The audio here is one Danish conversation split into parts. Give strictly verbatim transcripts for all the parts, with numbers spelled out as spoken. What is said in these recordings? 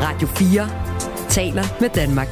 Radio fire taler med Danmark.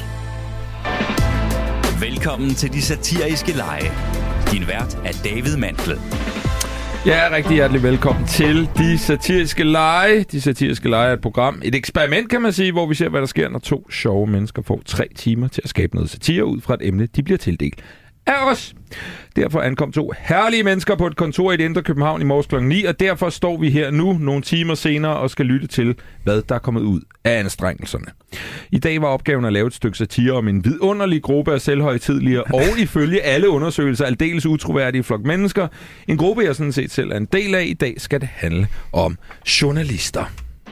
Velkommen til De Satiriske Lege. Din vært er David Mantle. Ja, rigtig hjertelig velkommen til De Satiriske Lege. De Satiriske Lege er et program, et eksperiment kan man sige, hvor vi ser, hvad der sker, når to sjove mennesker får tre timer til at skabe noget satire ud fra et emne, de bliver tildelt af os. Derfor ankom to herlige mennesker på et kontor i det indre København i morges klokken ni, og derfor står vi her nu nogle timer senere og skal lytte til, hvad der er kommet ud af anstrengelserne. I dag var opgaven at lave et stykke satire om en vidunderlig gruppe af selvhøjtidelige og ifølge alle undersøgelser aldeles utroværdige flok mennesker. En gruppe, jeg sådan set selv er en del af. I dag skal det handle om journalister.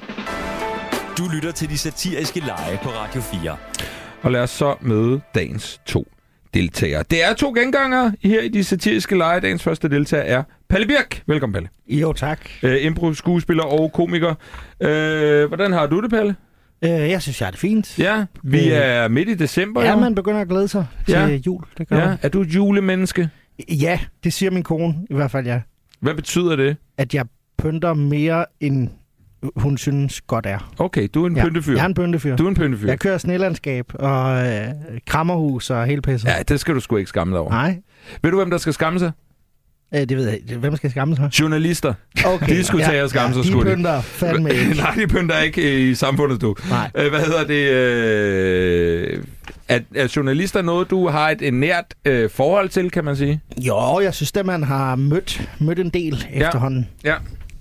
Du lytter til De Satiriske Lege på Radio fire. Og lad os så møde dagens to deltagere. Det er to gengangere her i De Satiriske Lege. Dagens første deltager er Palle Birk. Velkommen, Palle. Jo, tak. Øh, impro, skuespiller og komiker. Øh, hvordan har du det, Palle? Øh, jeg synes, jeg er det fint. Ja, vi øh, er midt i december. Ja, jo. man begynder at glæde sig til ja. jul. Det gør ja. man. Er du et julemenneske? Ja, det siger min kone i hvert fald, ja. Hvad betyder det? At jeg pynter mere, end hun synes godt er. Okay, du er en ja. pyntefyr. Jeg er en pyntefyr. Du er en pyntefyr. Jeg kører snelandskab og øh, krammerhus og hele pisset. Ja, det skal du sgu ikke skamme dig over. Nej. Ved du, hvem der skal skamme sig? Øh, det ved jeg. Hvem skal skamme sig? Journalister. Okay. De skulle ja, tage og skamme sig, ja, skulle de. De pynter fandme ikke. Nej, de pynter ikke i samfundet, du. Nej. Øh, hvad hedder det? Øh, er, er journalister noget, du har et, et nært øh, forhold til, kan man sige? Jo, jeg synes, at man har mødt, mødt en del ja. efterhånden. Ja.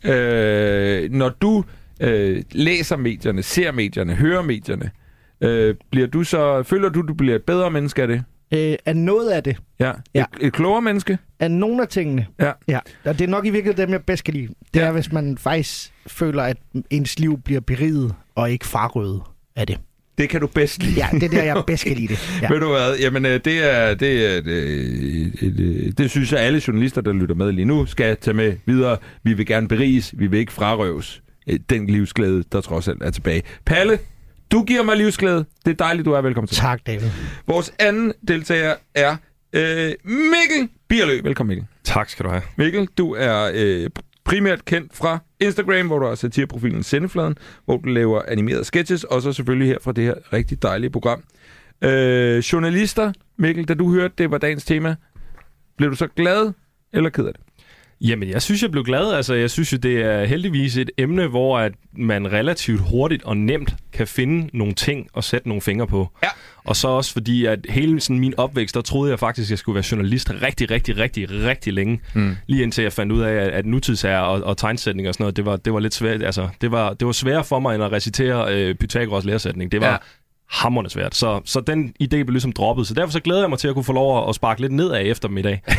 Øh, når du øh, læser medierne, ser medierne, hører medierne, øh, bliver du så, føler du, du bliver et bedre menneske af det? Øh, er noget af det. Ja. ja. Et, et klogere menneske? Af nogle af tingene. Ja. ja. Og det er nok i virkeligheden dem, jeg bedst kan lide. Det ja. er, hvis man faktisk føler, at ens liv bliver beriget og ikke farrøvet af det. Det kan du bedst lide. Ja, det er der, jeg bedst kan lide det. Ja. Ved du hvad? Jamen, det er, det, er, det, det, det synes jeg, alle journalister, der lytter med lige nu, skal tage med videre. Vi vil gerne beriges, vi vil ikke frarøves den livsglæde, der trods alt er tilbage. Palle, du giver mig livsglæde. Det er dejligt, du er velkommen til. Tak, David. Vores anden deltager er øh, Mikkel Bierlø. Velkommen, Mikkel. Tak skal du have. Mikkel, du er øh, primært kendt fra Instagram, hvor du har satireprofilen Sendefladen, hvor du laver animerede sketches, og så selvfølgelig her fra det her rigtig dejlige program. Øh, journalister, Mikkel, da du hørte, det var dagens tema, blev du så glad eller ked af det? Jamen, jeg synes, jeg blev glad. Altså, jeg synes jo, det er heldigvis et emne, hvor at man relativt hurtigt og nemt kan finde nogle ting og sætte nogle fingre på. Ja. Og så også fordi, at hele sådan, min opvækst, der troede jeg faktisk, at jeg skulle være journalist rigtig, rigtig, rigtig, rigtig længe. Mm. Lige indtil jeg fandt ud af, at nutidsager og, og tegnsætning og sådan noget, det var, det var lidt svært. Altså, det var, det var sværere for mig, end at recitere øh, Pythagoras læresætning. Det var... Ja. Hamrende svært. Så, så den idé blev ligesom droppet. Så derfor så glæder jeg mig til at kunne få lov at sparke lidt nedad efter dem i dag.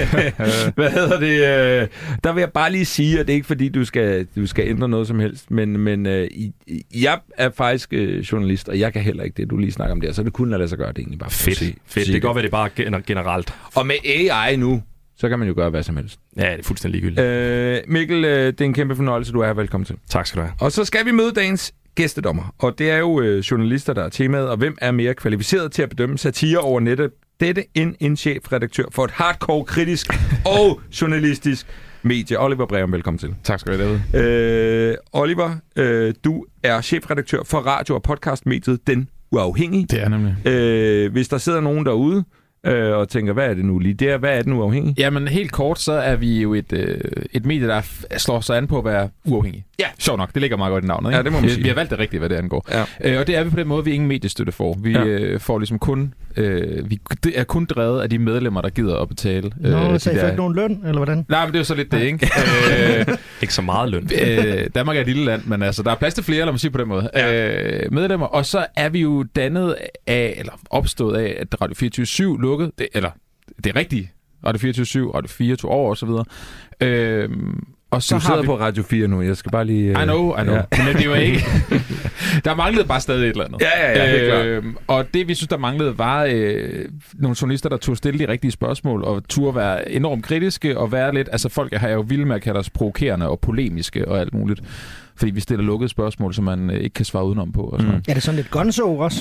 Hvad hedder det? Der vil jeg bare lige sige, at det er ikke fordi, du skal, du skal ændre noget som helst, men, men jeg er faktisk journalist, og jeg kan heller ikke det, du lige snakker om der, så det kunne lade sig gøre det egentlig bare. Fedt. Sige, Fedt. sige det kan godt være, det bare generelt. Og med A I nu, så kan man jo gøre hvad som helst. Ja, det er fuldstændig ligegyldigt. Øh, Mikkel, det er en kæmpe fornøjelse, du er her. Velkommen til. Tak skal du have. Og så skal vi møde dagens gæstedommer, og det er jo øh, journalister, der er temaet, og hvem er mere kvalificeret til at bedømme satire over nettet? Dette end en chefredaktør for et hardcore, kritisk og journalistisk medie. Oliver Breum, velkommen til. Tak skal du have, David. Øh, Oliver, øh, du er chefredaktør for radio- og podcastmediet Den Uafhængige. Det er nemlig. Øh, hvis der sidder nogen derude, øh, og tænker, hvad er det nu lige der? Hvad er Den Uafhængige? Jamen helt kort, så er vi jo et, øh, et medie, der f- slår sig an på at være uafhængig. Ja. Sjov nok, det ligger meget godt i navnet, ikke? Ja, det må man sige. Vi har valgt det rigtigt, hvad det angår. Ja. Øh, og det er vi på den måde, vi ingen mediestøtte får. Vi ja. øh, får ligesom kun, øh, vi det er kun drevet af de medlemmer, der gider at betale. Nå, øh, så I får ikke nogen løn, eller hvordan? Nej, men det er jo så lidt det, ikke? øh, ikke så meget løn. øh, Danmark er et lille land, men altså, der er plads til flere, lad mig sige på den måde. Ja. Øh, medlemmer, og så er vi jo dannet af, eller opstået af, at Radio fireogtyve syv lukkede, det, eller det er rigtigt, Radio fireogtyve syv, Radio fire tog over og så videre. Øh, Og så du sidder har vi... på Radio fire nu, jeg skal bare lige... Uh... I know, I know. Ja. Men det var ikke... der manglede bare stadig et eller andet. Ja, ja, ja, helt øh, Og det, vi synes, der manglede, var øh, nogle journalister, der turde stille de rigtige spørgsmål, og turde være enormt kritiske, og være lidt... Altså, folk har jo vilde med at kalde os provokerende og polemiske og alt muligt. Fordi vi stiller lukkede spørgsmål, som man øh, ikke kan svare udenom på. Og sådan. Mm. Er det sådan lidt gonzo også?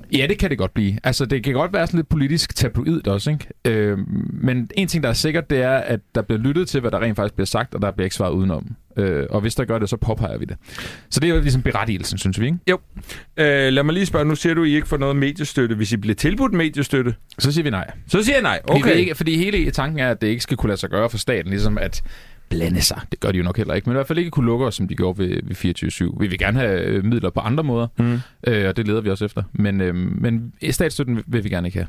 Ja, det kan det godt blive. Altså, det kan godt være sådan lidt politisk tabloidt også, ikke? Øh, men en ting, der er sikkert, det er, at der bliver lyttet til, hvad der rent faktisk bliver sagt, og der bliver ikke svaret udenom. Øh, og hvis der gør det, så påpeger vi det. Så det er jo ligesom berettigelsen, synes vi, ikke? Jo. Øh, lad mig lige spørge, nu siger du, I ikke får noget mediestøtte. Hvis I bliver tilbudt mediestøtte? Så siger vi nej. Så siger jeg nej, okay. Fordi, ikke, fordi hele tanken er, at det ikke skal kunne lade sig gøre for staten, ligesom at blande sig. Det gør de jo nok heller ikke, men i hvert fald ikke kunne lukke os, som de gjorde ved, ved fireogtyve syv. Vi vil gerne have midler på andre måder, mm. øh, og det leder vi også efter. Men, øh, men statsstøtten vil vi gerne ikke have.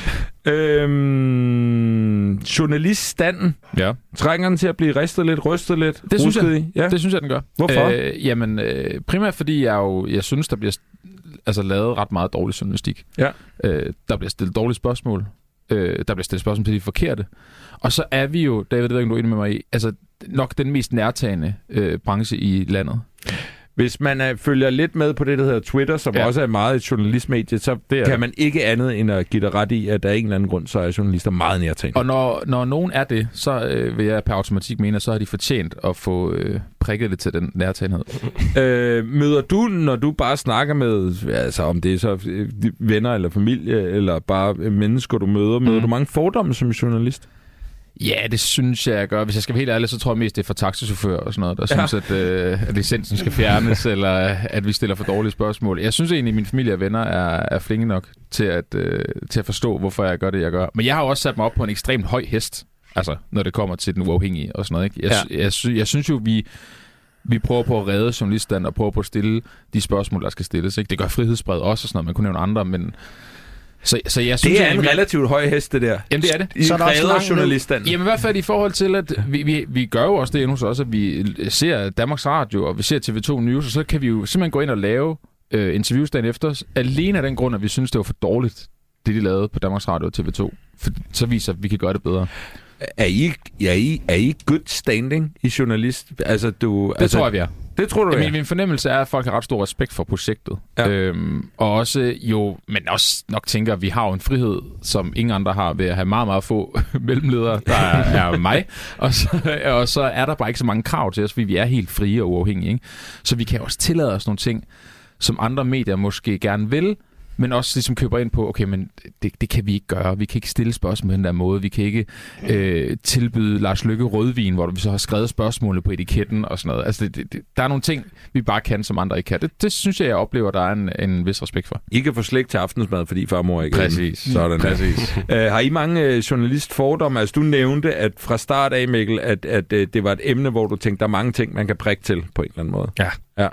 Øhm, journaliststanden. Ja. Trænger den til at blive ristet lidt, rystet lidt? Det synes jeg, ja. det synes jeg, den gør. Hvorfor? Øh, jamen, øh, primært fordi jeg jo, jeg synes, der bliver altså, lavet ret meget dårlig journalistik. Ja. Øh, der bliver stillet dårlige spørgsmål. Øh, der bliver stillet spørgsmål til de forkerte. Og så er vi jo, David, det ved ikke, du er enig med mig i, altså nok den mest nærtagende øh, branche i landet. Hvis man er, følger lidt med på det, der hedder Twitter, som ja. også er meget et journalistmedie, så kan det. man ikke andet end at give dig ret i, at der er en eller anden grund, så er journalister meget nærtagende. Og når, når nogen er det, så øh, vil jeg per automatik mene, at så har de fortjent at få øh, prikket lidt til den nærtagenhed. øh, møder du, når du bare snakker med, altså om det er så øh, venner eller familie, eller bare mennesker, du møder, møder mm. du mange fordomme som journalist? Ja, det synes jeg, jeg gør. Hvis jeg skal være helt ærlig, så tror jeg mest, det er for taxichauffører og sådan noget, der ja. synes, at, øh, at licensen skal fjernes, eller at vi stiller for dårlige spørgsmål. Jeg synes egentlig, at min familie og venner er, er flinke nok til at, øh, til at forstå, hvorfor jeg gør det, jeg gør. Men jeg har også sat mig op på en ekstremt høj hest, altså når det kommer til den uafhængige og sådan noget. Ikke? Jeg, ja. jeg, jeg, jeg synes jo, vi... Vi prøver på at redde journalisterne og prøver på at stille de spørgsmål, der skal stilles. Ikke? Det gør Frihedsbrevet også og sådan noget. Man kunne nævne andre, men... Så, så jeg synes, det er at, en relativt høj hest, det der. Jamen, det er det. I så redder journalisterne. Jamen, i hvert fald i forhold til, at vi, vi, vi gør jo også det endnu så også, at vi ser Danmarks Radio, og vi ser T V to News, og så kan vi jo simpelthen gå ind og lave øh, interviews dagen efter, alene af den grund, at vi synes, det var for dårligt, det de lavede på Danmarks Radio og T V to. For så viser, at vi kan gøre det bedre. Er I, er I, er I good standing i journalist? Altså, du, det altså, tror jeg, vi er. Det tror du, Jamen, min fornemmelse er, at folk har ret stor respekt for projektet. Ja. Øhm, og også jo, men også nok tænker, at vi har jo en frihed, som ingen andre har, ved at have meget, meget få mellemledere, der er, er mig. Og så, og så er der bare ikke så mange krav til os, fordi vi er helt frie og uafhængige. Ikke? Så vi kan også tillade os nogle ting, som andre medier måske gerne vil, men også ligesom køber ind på, okay, men det, det kan vi ikke gøre. Vi kan ikke stille spørgsmål på den der måde. Vi kan ikke øh, tilbyde Lars Løkke rødvin, hvor vi så har skrevet spørgsmålene på etiketten og sådan noget. Altså, det, det, der er nogle ting, vi bare kan, som andre ikke kan. Det, det synes jeg, jeg oplever, der er en, en vis respekt for. I kan få slægt til aftensmad, fordi farmor ikke Præcis. Sådan. Præcis. uh, har I mange uh, journalistfordomme? Altså, du nævnte, at fra start af, Mikkel, at, at uh, det var et emne, hvor du tænkte, der er mange ting, man kan prikke til på en eller anden måde. Ja. Ja,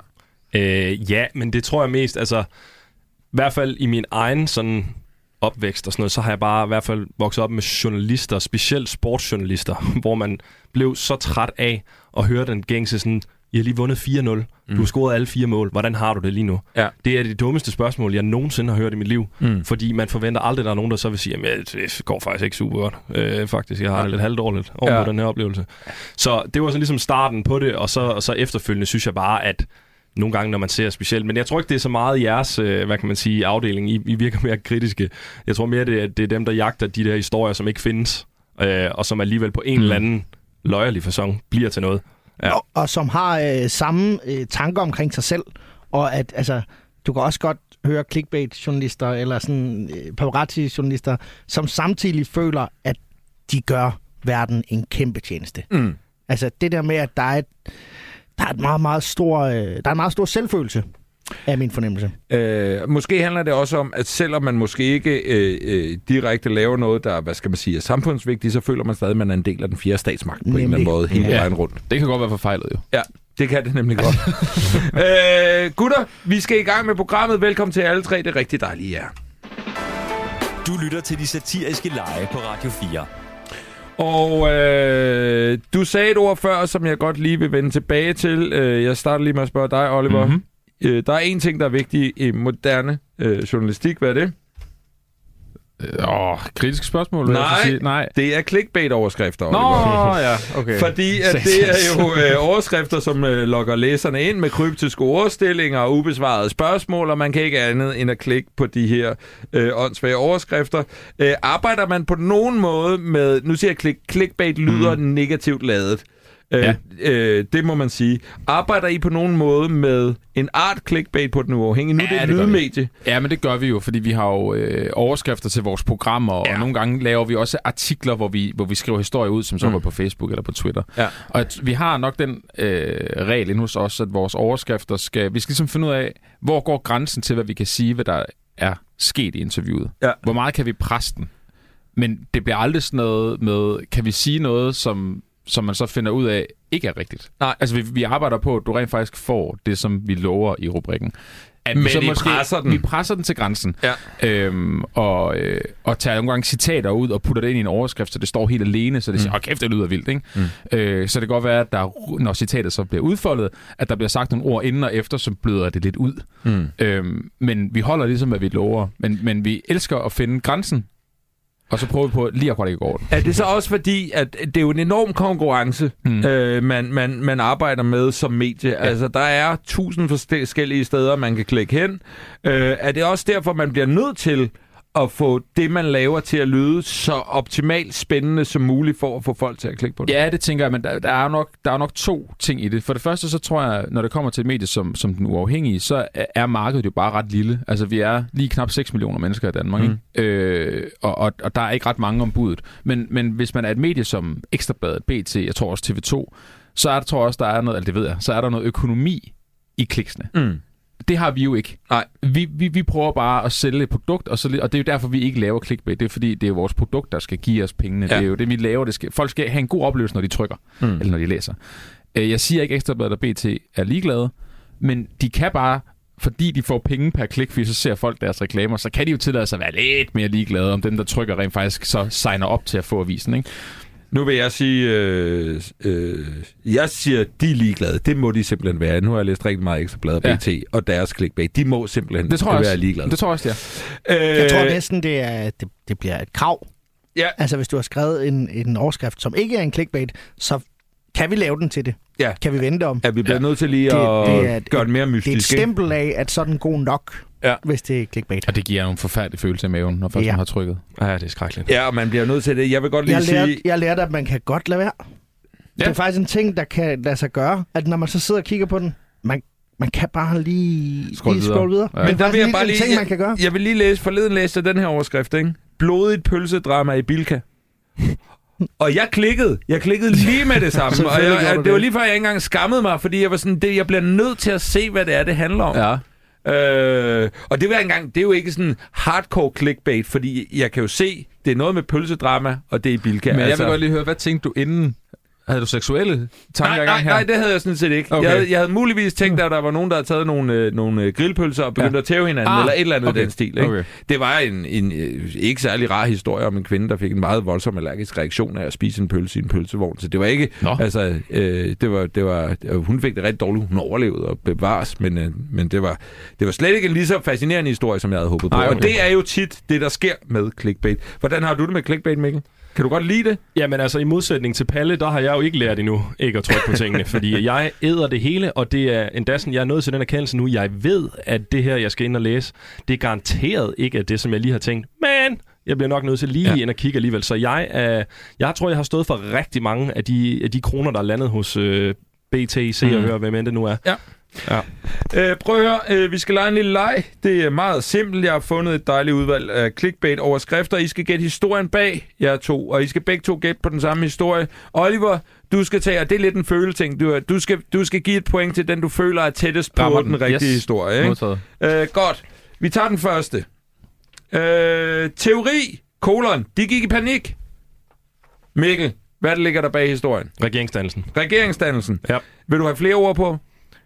øh, ja men det tror jeg mest, altså... I hvert fald i min egen sådan opvækst og sådan noget, så har jeg bare i hvert fald vokset op med journalister, specielt sportsjournalister, hvor man blev så træt af at høre den gængse sådan, I har lige vundet fire nul, mm. du har scoret alle fire mål, hvordan har du det lige nu? Ja. Det er det dummeste spørgsmål, jeg nogensinde har hørt i mit liv, mm. fordi man forventer aldrig, at der er nogen, der så vil sige, at det går faktisk ikke super godt. Øh, faktisk, jeg har det lidt halvdårligt over ja. den her oplevelse. Så det var sådan ligesom starten på det, og så, og så efterfølgende synes jeg bare, at nogle gange, når man ser specielt. Men jeg tror ikke, det er så meget jeres, hvad kan man sige, afdeling. I, I virker mere kritiske. Jeg tror mere, det er, det er dem, der jagter de der historier, som ikke findes, øh, og som alligevel på en mm. eller anden løjerlig facon bliver til noget. Ja. Og, og som har øh, samme øh, tanker omkring sig selv. Og at, altså, du kan også godt høre clickbait-journalister, eller sådan øh, paparazzi-journalister, som samtidig føler, at de gør verden en kæmpe tjeneste. Mm. Altså, det der med, at der er et Der er, et meget, meget stor, øh, der er en meget stor selvfølelse, af min fornemmelse. Øh, måske handler det også om, at selvom man måske ikke øh, øh, direkte laver noget, der hvad skal man sige, er samfundsvigtigt, så føler man stadig, at man er en del af den fjerde statsmagt på nemlig. En eller anden måde, hele ja. vejen rundt. Det kan godt være forfejlet jo. Ja, det kan det nemlig godt. øh, gutter, vi skal i gang med programmet. Velkommen til alle tre. Det er rigtig dejligt, ja. Du lytter til De Satiriske Lege på Radio fire. Og øh, du sagde et ord før, som jeg godt lige vil vende tilbage til. Øh, jeg starter lige med at spørge dig, Oliver. Mm-hmm. Øh, der er en ting, der er vigtig i moderne øh, journalistik. Hvad er det? Åh, oh, kritiske spørgsmål? Nej, sige. Nej, det er clickbait-overskrifter, Oliver. Nå, ja, okay. Fordi at det er jo øh, overskrifter, som øh, lokker læserne ind med kryptiske ordstillinger og ubesvarede spørgsmål, og man kan ikke andet end at klikke på de her øh, åndssvage overskrifter. Øh, arbejder man på nogen måde med, nu siger jeg, click, clickbait lyder mm. negativt ladet. Øh, Ja. øh, det må man sige. Arbejder I på nogen måde med en art clickbait på Den Uafhængige? Nu Ja, er det det et gør vi. lydmedie. Ja, men det gør vi jo, fordi vi har jo øh, overskrifter til vores programmer, og Ja. nogle gange laver vi også artikler, hvor vi, hvor vi skriver historier ud, som så Mm. går på Facebook eller på Twitter. Ja. Og at vi har nok den øh, regel inde hos os, at vores overskrifter skal... Vi skal ligesom finde ud af, hvor går grænsen til, hvad vi kan sige, hvad der er sket i interviewet. Ja. Hvor meget kan vi presse den? Men det bliver aldrig sådan noget med, kan vi sige noget, som, som man så finder ud af, ikke er rigtigt. Nej. Altså, vi, vi arbejder på, at du rent faktisk får det, som vi lover i rubrikken. At Men vi så I presser den. Vi presser den til grænsen. Ja. Øhm, og, øh, og tager nogle gange citater ud og putter det ind i en overskrift, så det står helt alene, så det siger, åh kæft, det lyder vildt, ikke? Mm. Øh, så det kan godt være, at der, når citatet så bliver udfoldet, at der bliver sagt nogle ord inden og efter, som bløder det lidt ud. Mm. Øhm, men vi holder ligesom, hvad vi lover. Men, men vi elsker at finde grænsen, og så prøver vi på lige at det ikke over den. Er det så også fordi, at det er jo en enorm konkurrence, Mm. øh, man, man, man arbejder med som medie? Ja. Altså, der er tusind forskellige steder, man kan klikke hen. Øh, er det også derfor, man bliver nødt til at få det, man laver, til at lyde så optimalt spændende som muligt for at få folk til at klikke på det? Ja, det tænker jeg, men der, der, er nok, der er nok to ting i det. For det første, så tror jeg, når det kommer til et medie som, som Den Uafhængige, så er markedet jo bare ret lille. Altså, vi er lige knap seks millioner mennesker i Danmark, Mm. ikke? Øh, og, og, og der er ikke ret mange om budet. Men, men hvis man er et medie som Ekstra Bladet, B T, jeg tror også T V to, så er der, tror jeg også, der er noget, eller det ved jeg, så er der noget økonomi i kliksene. Mm. Det har vi jo ikke. Nej. Vi, vi, vi prøver bare at sælge et produkt, og, så, og det er jo derfor, vi ikke laver clickbait. Det er fordi, det er vores produkt, der skal give os pengene. Ja. Det er jo det, vi laver. Det skal, folk skal have en god oplevelse, når de trykker, Mm. eller når de læser. Øh, Jeg siger ikke, Ekstra Bladet og B T er ligeglade, men de kan bare, fordi de får penge per klik, fordi så ser folk deres reklamer, så kan de jo tillade sig at være lidt mere ligeglade, om dem, der trykker rent faktisk så signer op til at få avisen, ikke? Nu vil jeg sige, øh, øh, jeg siger, de er ligeglade. Det må de simpelthen være. Nu har jeg læst rigtig meget Ekstra Bladet og Ja. B T, og deres clickbait. De må simpelthen Det tror jeg være også. ligeglade. Det tror jeg også, det er. Øh, Jeg tror næsten, det, er, det, det bliver et krav. Ja. Altså, hvis du har skrevet en, en overskrift, som ikke er en clickbait, så kan vi lave den til det. Ja. Kan vi vente om. Ja, vi bliver Ja. nødt til lige Det- at det er et- gøre det mere mystisk. Det er et ikke? stempel af, at så er den god nok, Ja. hvis det er clickbait. Og det giver nogle forfærdelige følelser i maven, når først Ja. man har trykket. Ja, det er skrækkeligt. Ja, og man bliver nødt til det. Jeg vil godt lige Jeg sige... lærte, jeg lærte, at man kan godt lade være. Ja. Det Ja. er faktisk en ting, der kan lade sig gøre, at når man så sidder og kigger på den, man, man kan bare lige Scroll lige videre. scrolle videre. Ja. Men Men der vil jeg bare en lige... ting, man kan gøre. Jeg, jeg vil lige læse... Forleden læste jeg den her overskrift, ikke? Blodigt pølsedrama i Bilka. Og jeg klikkede. Jeg klikkede lige med det samme. og Selvfølgelig jeg, gjorde jeg, du det var det. lige før, jeg ikke engang skammede mig, fordi jeg var sådan, det, jeg bliver nødt til at se, hvad det er, det handler om. Ja. Øh, og det, var engang, det er jo ikke sådan hardcore clickbait, fordi jeg kan jo se, det er noget med pølsedrama, og det er i Bilka. Men jeg vil godt lige høre, hvad tænkte du inden? Havde du seksuelle tanker Nej, i nej, gang her? nej, det havde jeg sådan set ikke. Okay. Jeg, havde, jeg havde muligvis tænkt, at der var nogen, der havde taget nogle, øh, nogle øh, grillpølser og begyndt Ja. at tæve hinanden, Ah, eller et eller andet okay. i den stil. Ikke? Okay. Det var en, en øh, ikke særlig rar historie om en kvinde, der fik en meget voldsom allergisk reaktion af at spise en pølse i en pølsevogn. Så det var ikke... Nå. Altså, øh, det var, det var, øh, hun fik det rigtig dårligt. Hun overlevede og bevares, men, øh, men det, var, det var slet ikke en lige så fascinerende historie, som jeg havde håbet på. Ej, okay. Og det er jo tit det, der sker med clickbait. Hvordan har du det med clickbait, Mikkel? Kan du godt lide det? Jamen altså, i modsætning til Palle, der har jeg jo ikke lært endnu ikke at trykke på tingene, fordi jeg æder det hele, og det er endda sådan, jeg er nået til den erkendelse nu, jeg ved, at det her, jeg skal ind og læse, det er garanteret ikke af det, som jeg lige har tænkt, men jeg bliver nok nødt til lige Ja. ind og kigge alligevel. Så jeg, er, jeg tror, jeg har stået for rigtig mange af de, af de kroner, der er landet hos øh, B T, Se og Mm. Hør, hvem end det nu er. Ja. Ja. Øh, prøv at høre, øh, vi skal lege en lille leg. Det er meget simpelt. Jeg har fundet et dejligt udvalg af clickbait-overskrifter. I skal gætte historien bag jer to, og I skal begge to gætte på den samme historie. Oliver, du skal tage, og det er lidt en føleting. Du, du, skal, du skal give et point til den, du føler er tættest på Rammer den, den. rigtige Yes. historie. Ikke? Modtaget. Øh, godt. Vi tager den første. Øh, teori, kolon, de gik i panik. Mikkel, hvad der ligger der bag historien? Regeringsdannelsen. Regeringsdannelsen. Ja. Vil du have flere ord på?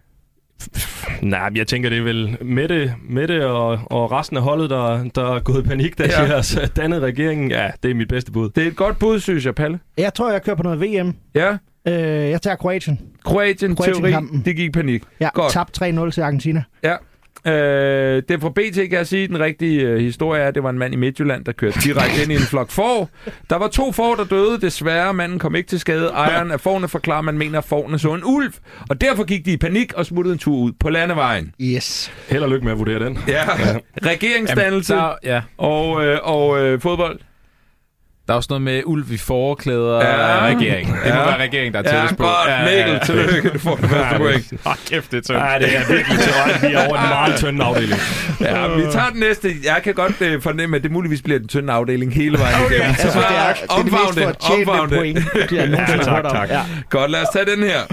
Nej, jeg tænker, det er vel Mette, Mette og, og resten af holdet, der, der er gået i panik, da Ja. de har så dannet regeringen. Ja, det er mit bedste bud. Det er et godt bud, synes jeg, Palle. Jeg tror, jeg kører på noget V M. Ja. Øh, jeg tager Kroatien. Kroatien, teori, Kroatien-kampen. det gik i panik. Ja, Godt. tabt tre nul til Argentina. Ja. Øh, det er fra B T, kan jeg sige. Den rigtige øh, historie er, at det var en mand i Midtjylland, der kørte direkte ind i en flok får. Der var to får, der døde. Desværre, manden kom ikke til skade. Ejeren af fårene forklarer, man mener, at fårene så en ulv. Og derfor gik de i panik og smuttede en tur ud på landevejen. Yes. Held og lykke med at vurdere den. Ja. Regeringsdannelse Jamen, der, ja. og, øh, og øh, fodbold. Der er også noget med ulv i forklæder Ja. af regeringen. Det må Ja. være regeringen, der er Ja, tættest på. godt. Mikkel, tillykke. Du får det første point. Hold kæft, det er tyndt. Nej, det er virkelig tørt. Vi er over en meget tynd afdeling. Ja, vi tager den næste. Jeg kan godt øh, fornemme, at det muligvis bliver den tynde afdeling hele vejen igennem. Altså, det er, det er det omfavn mest det. fortjente Omfavn det. point, de har nogensinde Ja, tak, hørt om. tak. Ja. Godt, lad os tage den her.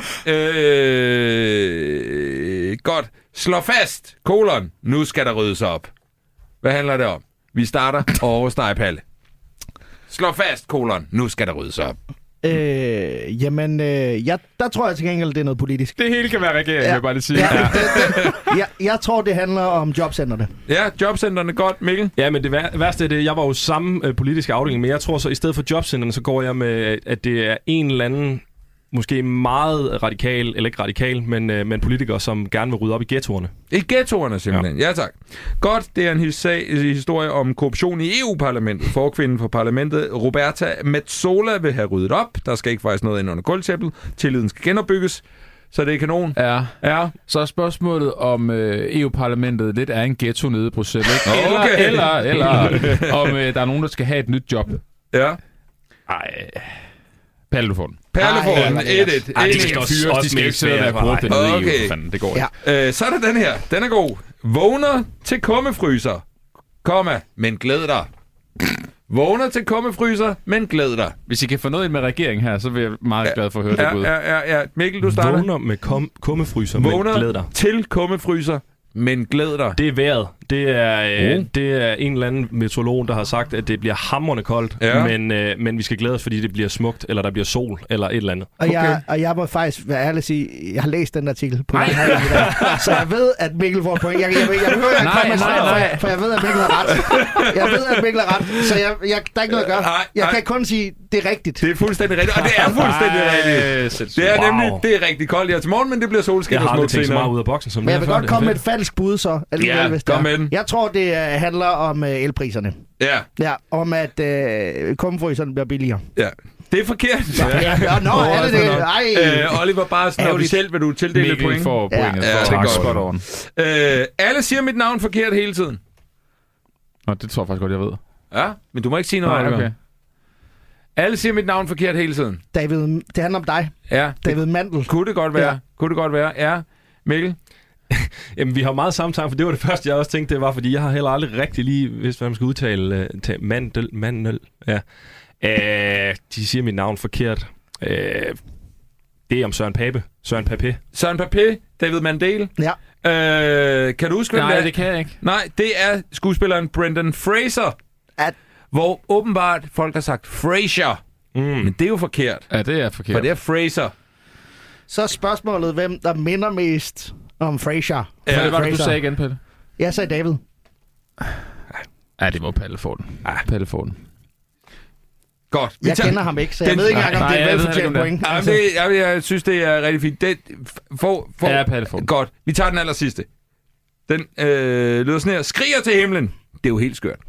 Øh, godt. Slå fast, kolon. Nu skal der ryddes op. Hvad handler det om? Vi starter over hos dig, Palle. Slå fast, kolon. Nu skal der ryddes op. Øh, jamen, øh, jeg, der tror jeg til gengæld, det er noget politisk. Det hele kan være regeringen, ja. vil jeg bare lige sige. Ja, det, det, jeg, jeg tror, det handler om jobcentrene. Ja, jobcentrene godt, Mikkel. Ja, men det vær- værste er det, jeg var jo samme øh, politiske afdeling, men jeg tror så, i stedet for jobcentrene, så går jeg med, at det er en eller anden, måske meget radikal, eller ikke radikal, men, øh, men politikere, som gerne vil rydde op i ghettoerne. I ghettoerne simpelthen. Ja. ja, tak. Godt, det er en his- historie om korruption i E U-parlamentet. Forkvinden for parlamentet, Roberta Metsola, vil have ryddet op. Der skal ikke faktisk noget ind under gulvtæppet. Tilliden skal genopbygges, så det er kanon. Ja. Ja. Så er spørgsmålet om øh, E U-parlamentet lidt er en ghetto nede i Bruxelles, ikke? Okay. Eller, eller, eller om øh, der er nogen, der skal have et nyt job. Ja. Ej, Palle, du får den. Perle for den. et et. Ej, De det skal også- fyres, også de skal ikke mest sidde og være fair. korrupte nede i Okay. E U, for fanden. Det går Ja. ikke. Øh, så er der den her. Den er god. Vågner til kummefryser, komma, men glæd dig. Vågner til kummefryser, men glæd dig. Hvis I kan få noget ind med regeringen her, så vil jeg meget glad for at høre det Ja, ud. ja, ja, ja. Mikkel, du starter. Vågner med kom- kummefryser, men Vågner glæd dig. til kummefryser, men glæd dig. Det er vejret. Det er, øh, Oh. det er en eller anden meteorolog, der har sagt, at det bliver hamrende koldt, Ja. men, øh, men vi skal glæde os, fordi det bliver smukt, eller der bliver sol, eller et eller andet. Og, okay. jeg, og jeg må faktisk være ærlig at sige, jeg har læst den artikel på vejen herind i dag, så jeg ved, at Mikkel får et point. Jeg, jeg, jeg, jeg behøver ikke Nej, komme med nej, svar, nej. for, for jeg ved, at Mikkel har ret. Jeg ved, at Mikkel har ret, så jeg, jeg, der er ikke noget at gøre. Nej, Jeg nej. kan kun sige, det er rigtigt. Det er fuldstændig rigtigt, og det er fuldstændig rigtigt. Det er Wow. nemlig, det er rigtig koldt her til morgen, men det bliver solskin Jeg og har aldrig smukt tænkt så meget senere. ud af boksen, som Men det jeg her vil før. godt Det er komme med fedt. et falsk bud så, alligevel, Ja, hvis det kom er. med den. Jeg tror, det uh, handler om uh, elpriserne. Ja, Ja, om at uh, kummefryserne bliver billigere. ja. Det er forkert. Ja, ja, nå, Åh, er det det? nok. Ej. Øh, Oliver, bare sådan Ærgerligt. officielt vil du tildele et Mikkel point. får pointet. Ja, for det er at godt. spot on. Øh, alle siger mit navn forkert hele tiden. Nå, det tror jeg faktisk godt, jeg ved. Ja, men du må ikke sige noget, Nej, Oliver. okay. Alle siger mit navn forkert hele tiden. David, det handler om dig. Ja, David Mandel. kunne det godt være. Ja. Kunne det godt være, ja. Mikkel? Jamen, vi har meget samme tanke, for det var det første, jeg også tænkte, det var, fordi jeg har heller aldrig rigtig lige vidst, hvad man skal udtale. Uh, til mandel, mandel, ja. Uh, de siger mit navn forkert. Uh, det er om Søren Pape. Søren Pape. Søren Pape, David Mandel. Ja. Øh, kan du huske, hvem Nej, det er? det kan jeg ikke. Nej, det er skuespilleren Brendan Fraser. At- Hvor åbenbart folk har sagt Frasier. Mm. Men det er jo forkert. Ja, det er forkert. For det er Fraser. Så er spørgsmålet, hvem der minder mest om Frasier. Hvad var det, du Fraser. sagde igen, Pelle? Jeg sagde David. Ja, det må Palle få den. Ja, Palle får den. Godt. Vi Jeg tager- kender ham ikke, så jeg Den- ved ikke engang, om Nej, det er jeg et ved velfortjent heller ikke, point. Ja, Altså, det, jeg, jeg synes, det er rigtig fint. Det, for, for, Ja, Palle får den. Godt. Vi tager den aller sidste. Den øh, lyder sådan her. Skriger til himlen. Det er jo helt skørt.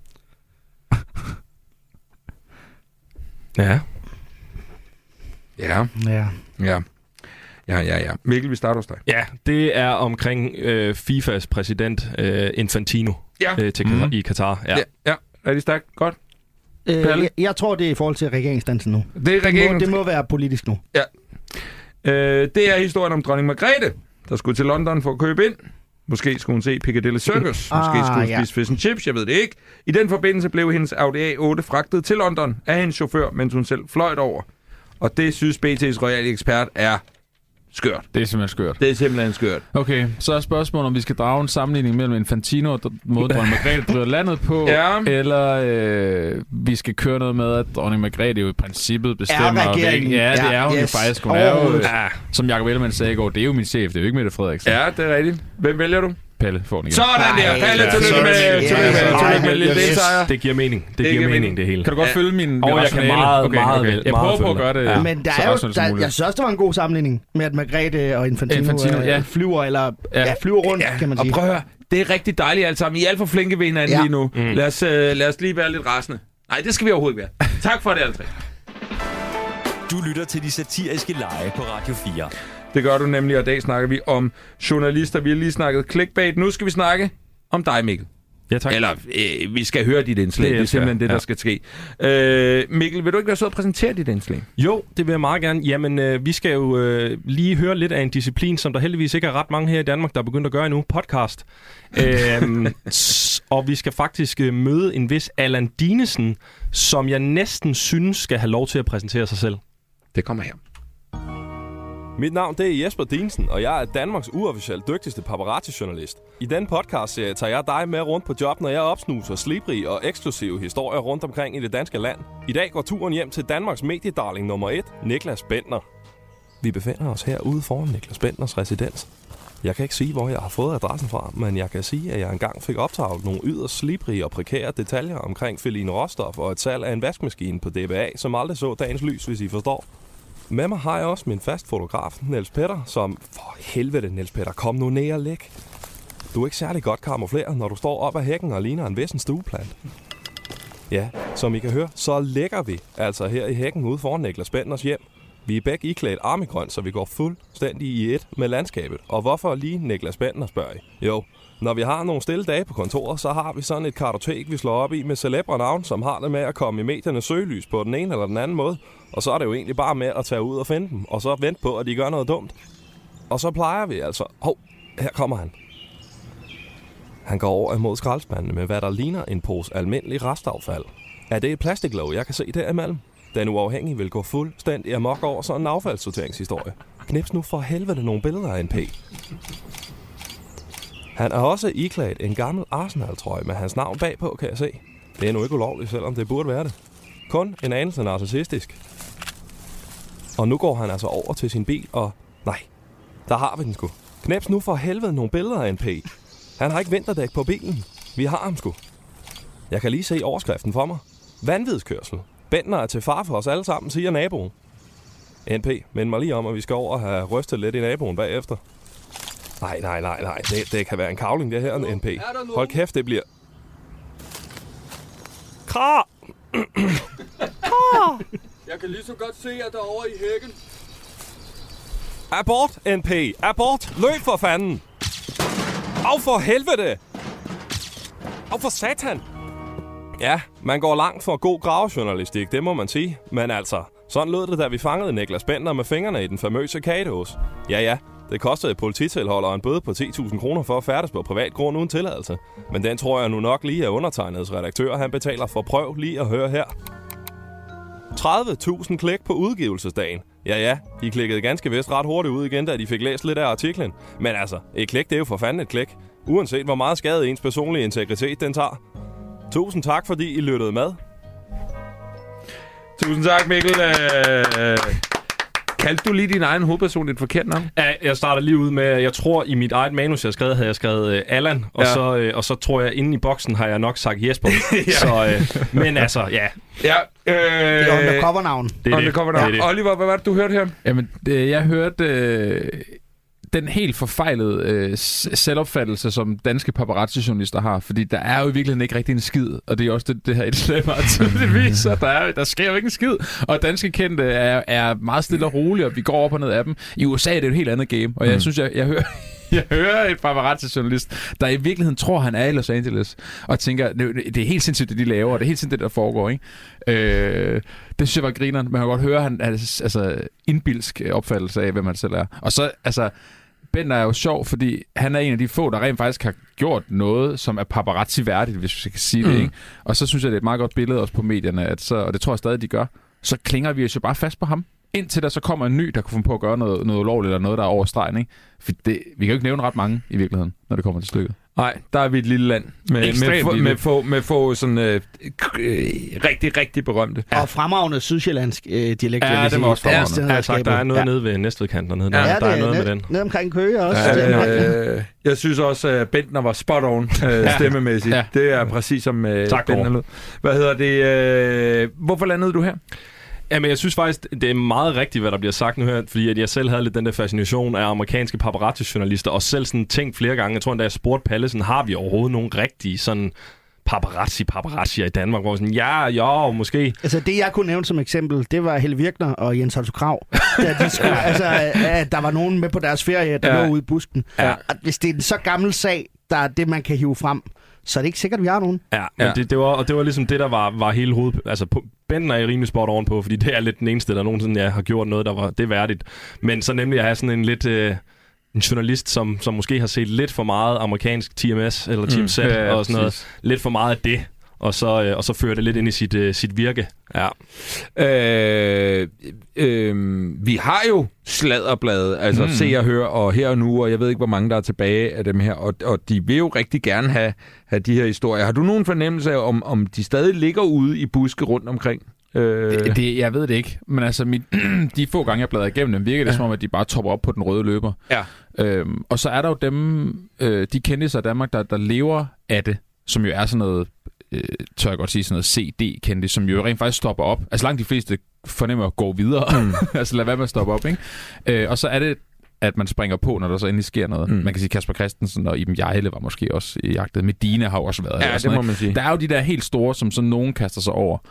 Ja. Ja, ja. ja. Ja, ja, ja. Mikkel, vi starter hos dig. Ja, det er omkring øh, FIFAs præsident øh, Infantino Ja. øh, til, Mhm. i Katar. Ja. Ja, ja. Rigtig stærkt. Godt. Øh, Palle? jeg, jeg tror, det er i forhold til regeringsdansen nu. Det er Det regeringen. må, det må være politisk nu. Øh, det er historien om dronning Margrethe, der skulle til London for at købe ind. Måske skulle hun se Piccadilly Circus. Måske Ah, skulle hun ja. spise fish and chips, jeg ved det ikke. I den forbindelse blev hendes Audi A otte fragtet til London af hendes chauffør, mens hun selv fløjt over. Og det synes B T's royale ekspert er skørt. Det er simpelthen skørt. Det er simpelthen skørt. Okay, så er spørgsmålet, om vi skal drage en sammenligning mellem Infantino og d- måde, dronning Margrethe driver landet på, Ja. eller øh, vi skal køre noget med, at dronning Margrethe jo i princippet bestemmer. Er regeringen. Ja, det Ja, er hun yes. jo faktisk. Hun er jo, Overhovedet. ja, som Jacob Ellemann sagde i går, det er jo min chef, det er jo ikke Mette Frederiksen. Ja, det er rigtigt. Hvem vælger du? Palle får den igen. Sådan der. Ej, Palle, ja, tillykke sorry. med, Ja, tillykke med, sorry. tillykke med Ej, lille yes. sejr. Det giver mening. Det, Det giver giver mening, mening. det hele. Kan du godt Ja. følge min Og jeg kan rationale? meget, okay, meget okay. vel- Jeg meget prøver på at følge gøre det dig. ja. Men der så er jo, rationelt som der, muligt. jeg synes også, det var en god sammenligning med, at Margrethe og Infantino, Infantino, øh, ja. flyver, eller Ja. ja. Ja, flyver rundt, Ja, kan man og sige. prøv at høre. Det er rigtig dejligt alt sammen. I er alt for flinke ved hinanden Ja. lige nu. Mm. Lad, os, øh, lad os lige være lidt rasende. Nej, det skal vi overhovedet ikke være. Tak for det, alle tre. Du lytter til de satiriske lege på Radio fire. Det gør du nemlig, og i dag snakker vi om journalister. Vi har lige snakket clickbait. Nu skal vi snakke om dig, Mikkel. Ja, tak. Eller, øh, vi skal høre dit indslag. Det Det er simpelthen det, der ja. skal ske. Øh, Mikkel, vil du ikke være så og præsentere dit indslag? Jo, det vil jeg meget gerne. Jamen, øh, vi skal jo øh, lige høre lidt af en disciplin, som der heldigvis ikke er ret mange her i Danmark, der er begyndt at gøre endnu. Podcast. øhm, s- og vi skal faktisk øh, møde en vis Allan Dinesen, som jeg næsten synes skal have lov til at præsentere sig selv. Det kommer her. Mit navn det er Jesper Dinesen, og jeg er Danmarks uofficielt dygtigste paparazzi-journalist. I denne podcastserie tager jeg dig med rundt på job, når jeg opsnuser slibrige og eksklusive historier rundt omkring i det danske land. I dag går turen hjem til Danmarks mediedarling nummer et, Niklas Bendtner. Vi befinder os herude foran Niklas Bendtners residens. Jeg kan ikke sige, hvor jeg har fået adressen fra, men jeg kan sige, at jeg engang fik optaget nogle yderst slibrige og prekære detaljer omkring Feline Råstof og et salg af en vaskemaskine på D B A, som aldrig så dagens lys, hvis I forstår. Med mig har jeg også min fast fotograf, Niels Petter, som... For helvede, Niels Petter, kom nu ned og læg. Du er ikke særlig godt kamufleret, når du står op ad hækken og ligner en væssen stueplant. Ja, som I kan høre, så ligger vi altså her i hækken ude foran Niklas Bendtners hjem. Vi er begge iklædt armigrønt, så vi går fuldstændig i et med landskabet. Og hvorfor lige Niklas Bendtner, spørger I? Jo, når vi har nogle stille dage på kontoret, så har vi sådan et kartotek, vi slår op i med celebre navn, som har det med at komme i mediernes søgelys på den ene eller den anden måde. Og så er det jo egentlig bare med at tage ud og finde dem, og så vente på, at de gør noget dumt. Og så plejer vi altså... Hov, her kommer han. Han går over imod skraldespandene med, hvad der ligner en pose almindelig restaffald. Er det et plastiklåg, jeg kan se derimellem? Den uafhængige vil gå fuldstændig amok over sådan en affaldssorteringshistorie. Knips nu for helvede nogle billeder af en P. Han er også iklædt en gammel Arsenal-trøje med hans navn bagpå, kan jeg se. Det er nu ikke ulovligt, selvom det burde være det. Kun en anelse narcissistisk. Og nu går han altså over til sin bil og... Nej, der har vi den sgu. Knips nu for helvede nogle billeder af en P. Han har ikke vinterdæk på bilen. Vi har ham sgu. Jeg kan lige se overskriften for mig. Vanvidskørsel. Bendtner er til far for os alle sammen, siger naboen. N P, mind mig lige om, at vi skal over og have rystet lidt i naboen bagefter. Nej, nej, nej, nej. Det, det kan være en kavling, det her, en N P. Hold kæft, det bliver... Kra! Kra! Jeg kan lige så godt se, at der over i hækken. Abort, N P! Abort! Løb for fanden! Af for helvede! Af for satan! Ja, man går langt for god gravejournalistik, det må man sige. Men altså, sådan lød det, da vi fangede Niklas Bendtner med fingrene i den famøse kagedåse. Ja, ja, det kostede et polititilhold og en bøde på ti tusind kroner for at færdes på privat grund uden tilladelse. Men den tror jeg nu nok lige er undertegnets redaktør, han betaler for prøv lige at høre her. tredive tusind klik på udgivelsesdagen. Ja, ja, de klikkede ganske vist ret hurtigt ud igen, da de fik læst lidt af artiklen. Men altså, et klik, det er jo for fanden et klik. Uanset hvor meget skade ens personlige integritet den tager. Tusind tak, fordi I lyttede med. Tusind tak, Mikkel. Øh, kaldte du lige din egen hovedperson lidt forkert navn? Ja, jeg starter lige ud med, jeg tror i mit eget manus, jeg skrev, havde jeg skrevet uh, Allan, og, Ja. så, uh, og så tror jeg, inde i boksen har jeg nok sagt Jesper. Ja. Så, uh, men altså, ja. Ja. Øh, Det er undercover-navn. Det er det. Undercover Det er navn. det. Oliver, hvad var det, du hørte her? Jamen, det, jeg hørte øh, den helt forfejlede øh, s- selvopfattelse, som danske paparazzi-journalister har. Fordi der er jo i virkeligheden ikke rigtig en skid, og det er også det, det her indslag meget tydeligt viser. Der, er, der sker jo ikke en skid, og danske kendte er, er meget stille og rolige, og vi går op og ned af dem. I U S A er det jo et helt andet game, og jeg mm. synes, jeg, jeg hører... Jeg hører et paparazzi-journalist, der i virkeligheden tror, han er i Los Angeles, og tænker, det er helt sindssygt, det de laver, og det er helt sindssygt, det der foregår, ikke? Øh, det synes jeg var grineren. Man kan godt høre, at han er altså, indbilsk opfattelse af, hvem man selv er. Og så, altså, Bendtner er jo sjov, fordi han er en af de få, der rent faktisk har gjort noget, som er paparazzi-værdigt, hvis vi kan sige mm. det, ikke? Og så synes jeg, det er et meget godt billede også på medierne, at så, og det tror jeg stadig, de gør, så klinger vi os jo bare fast på ham. Indtil der så kommer en ny, der kan finde på at gøre noget, noget ulovligt, eller noget, der er over stregen, ikke? For det, vi kan jo ikke nævne ret mange i virkeligheden, når det kommer til stykket. Nej, der er vi et lille land med, Ekstremt med, få, lille. med, få, med få sådan øh, øh, rigtig, rigtig berømte. Ja. Og fremragende sydsjællandsk øh, dialekt. Ja, vil jeg det sige. var også fremragende. den Ja, havde tak, der er skabet. noget Ja. nede ved Næstvedkanten dernede. Ja, Der, det der er noget ned, med den. ned omkring Køge også. Ja, Ja, øh, jeg synes også, at Bendtner var spot on øh, stemmemæssigt. Ja. Det er præcis som øh, Tak, Bendtner Kåre. lød. Hvad hedder det? Øh, hvorfor landede du her? Jamen, jeg synes faktisk, det er meget rigtigt, hvad der bliver sagt nu her, fordi at jeg selv havde lidt den der fascination af amerikanske paparazzi-journalister, og selv sådan tænkt flere gange, jeg tror endda, jeg spurgte Palle, sådan, har vi overhovedet nogle rigtige sådan paparazzi-paparazzier i Danmark, hvor sådan, ja, jo, måske. Altså det, jeg kunne nævne som eksempel, det var Helle Virkner og Jens Otto Krag. Da de skulle, altså, at der var nogen med på deres ferie, der Ja. lå ude i busken. Ja. At hvis det er en så gammel sag, der er det, man kan hive frem, så er det ikke sikkert, at vi har nogen. Ja, men Ja. Det, det, var, og det var ligesom det, der var, var hele hovedet... Altså, Benten er i rimelig spot ovenpå, fordi det er lidt den eneste, der nogensinde ja, har gjort noget, der var det er værdigt. Men så nemlig at have sådan en lidt... Øh, en journalist, som, som måske har set lidt for meget amerikansk T M S eller Team Z mm, ja, og sådan noget. Præcis. Lidt for meget af det. Og så, øh, og så fører det lidt ind i sit, øh, sit virke. Ja. Øh, øh, vi har jo sladderblade, altså mm. se og høre, og her og nu, og jeg ved ikke, hvor mange der er tilbage af dem her, og, og de vil jo rigtig gerne have, have de her historier. Har du nogen fornemmelse af, om, om de stadig ligger ude i buske rundt omkring? Øh... Det, det, jeg ved det ikke, men altså mit, de få gange, jeg bladrer igennem dem, virker det ja. som om, at de bare topper op på den røde løber. Ja. Øhm, og så er der jo dem, øh, de kendte i Danmark, der, der lever af det, som jo er sådan noget, øh, tør jeg godt sige, sådan noget C D-kendte, som jo rent faktisk stopper op. Altså langt de fleste fornemmer at gå videre, mm. altså lad være med at stoppe op, ikke? Øh, og så er det, at man springer på, når der så endelig sker noget. Mm. Man kan sige, Kasper Christensen og Iben Jejle var måske også i jagtet. Medina har også været ja, her. Det må man sige. Der er jo de der helt store, som så nogen kaster sig over.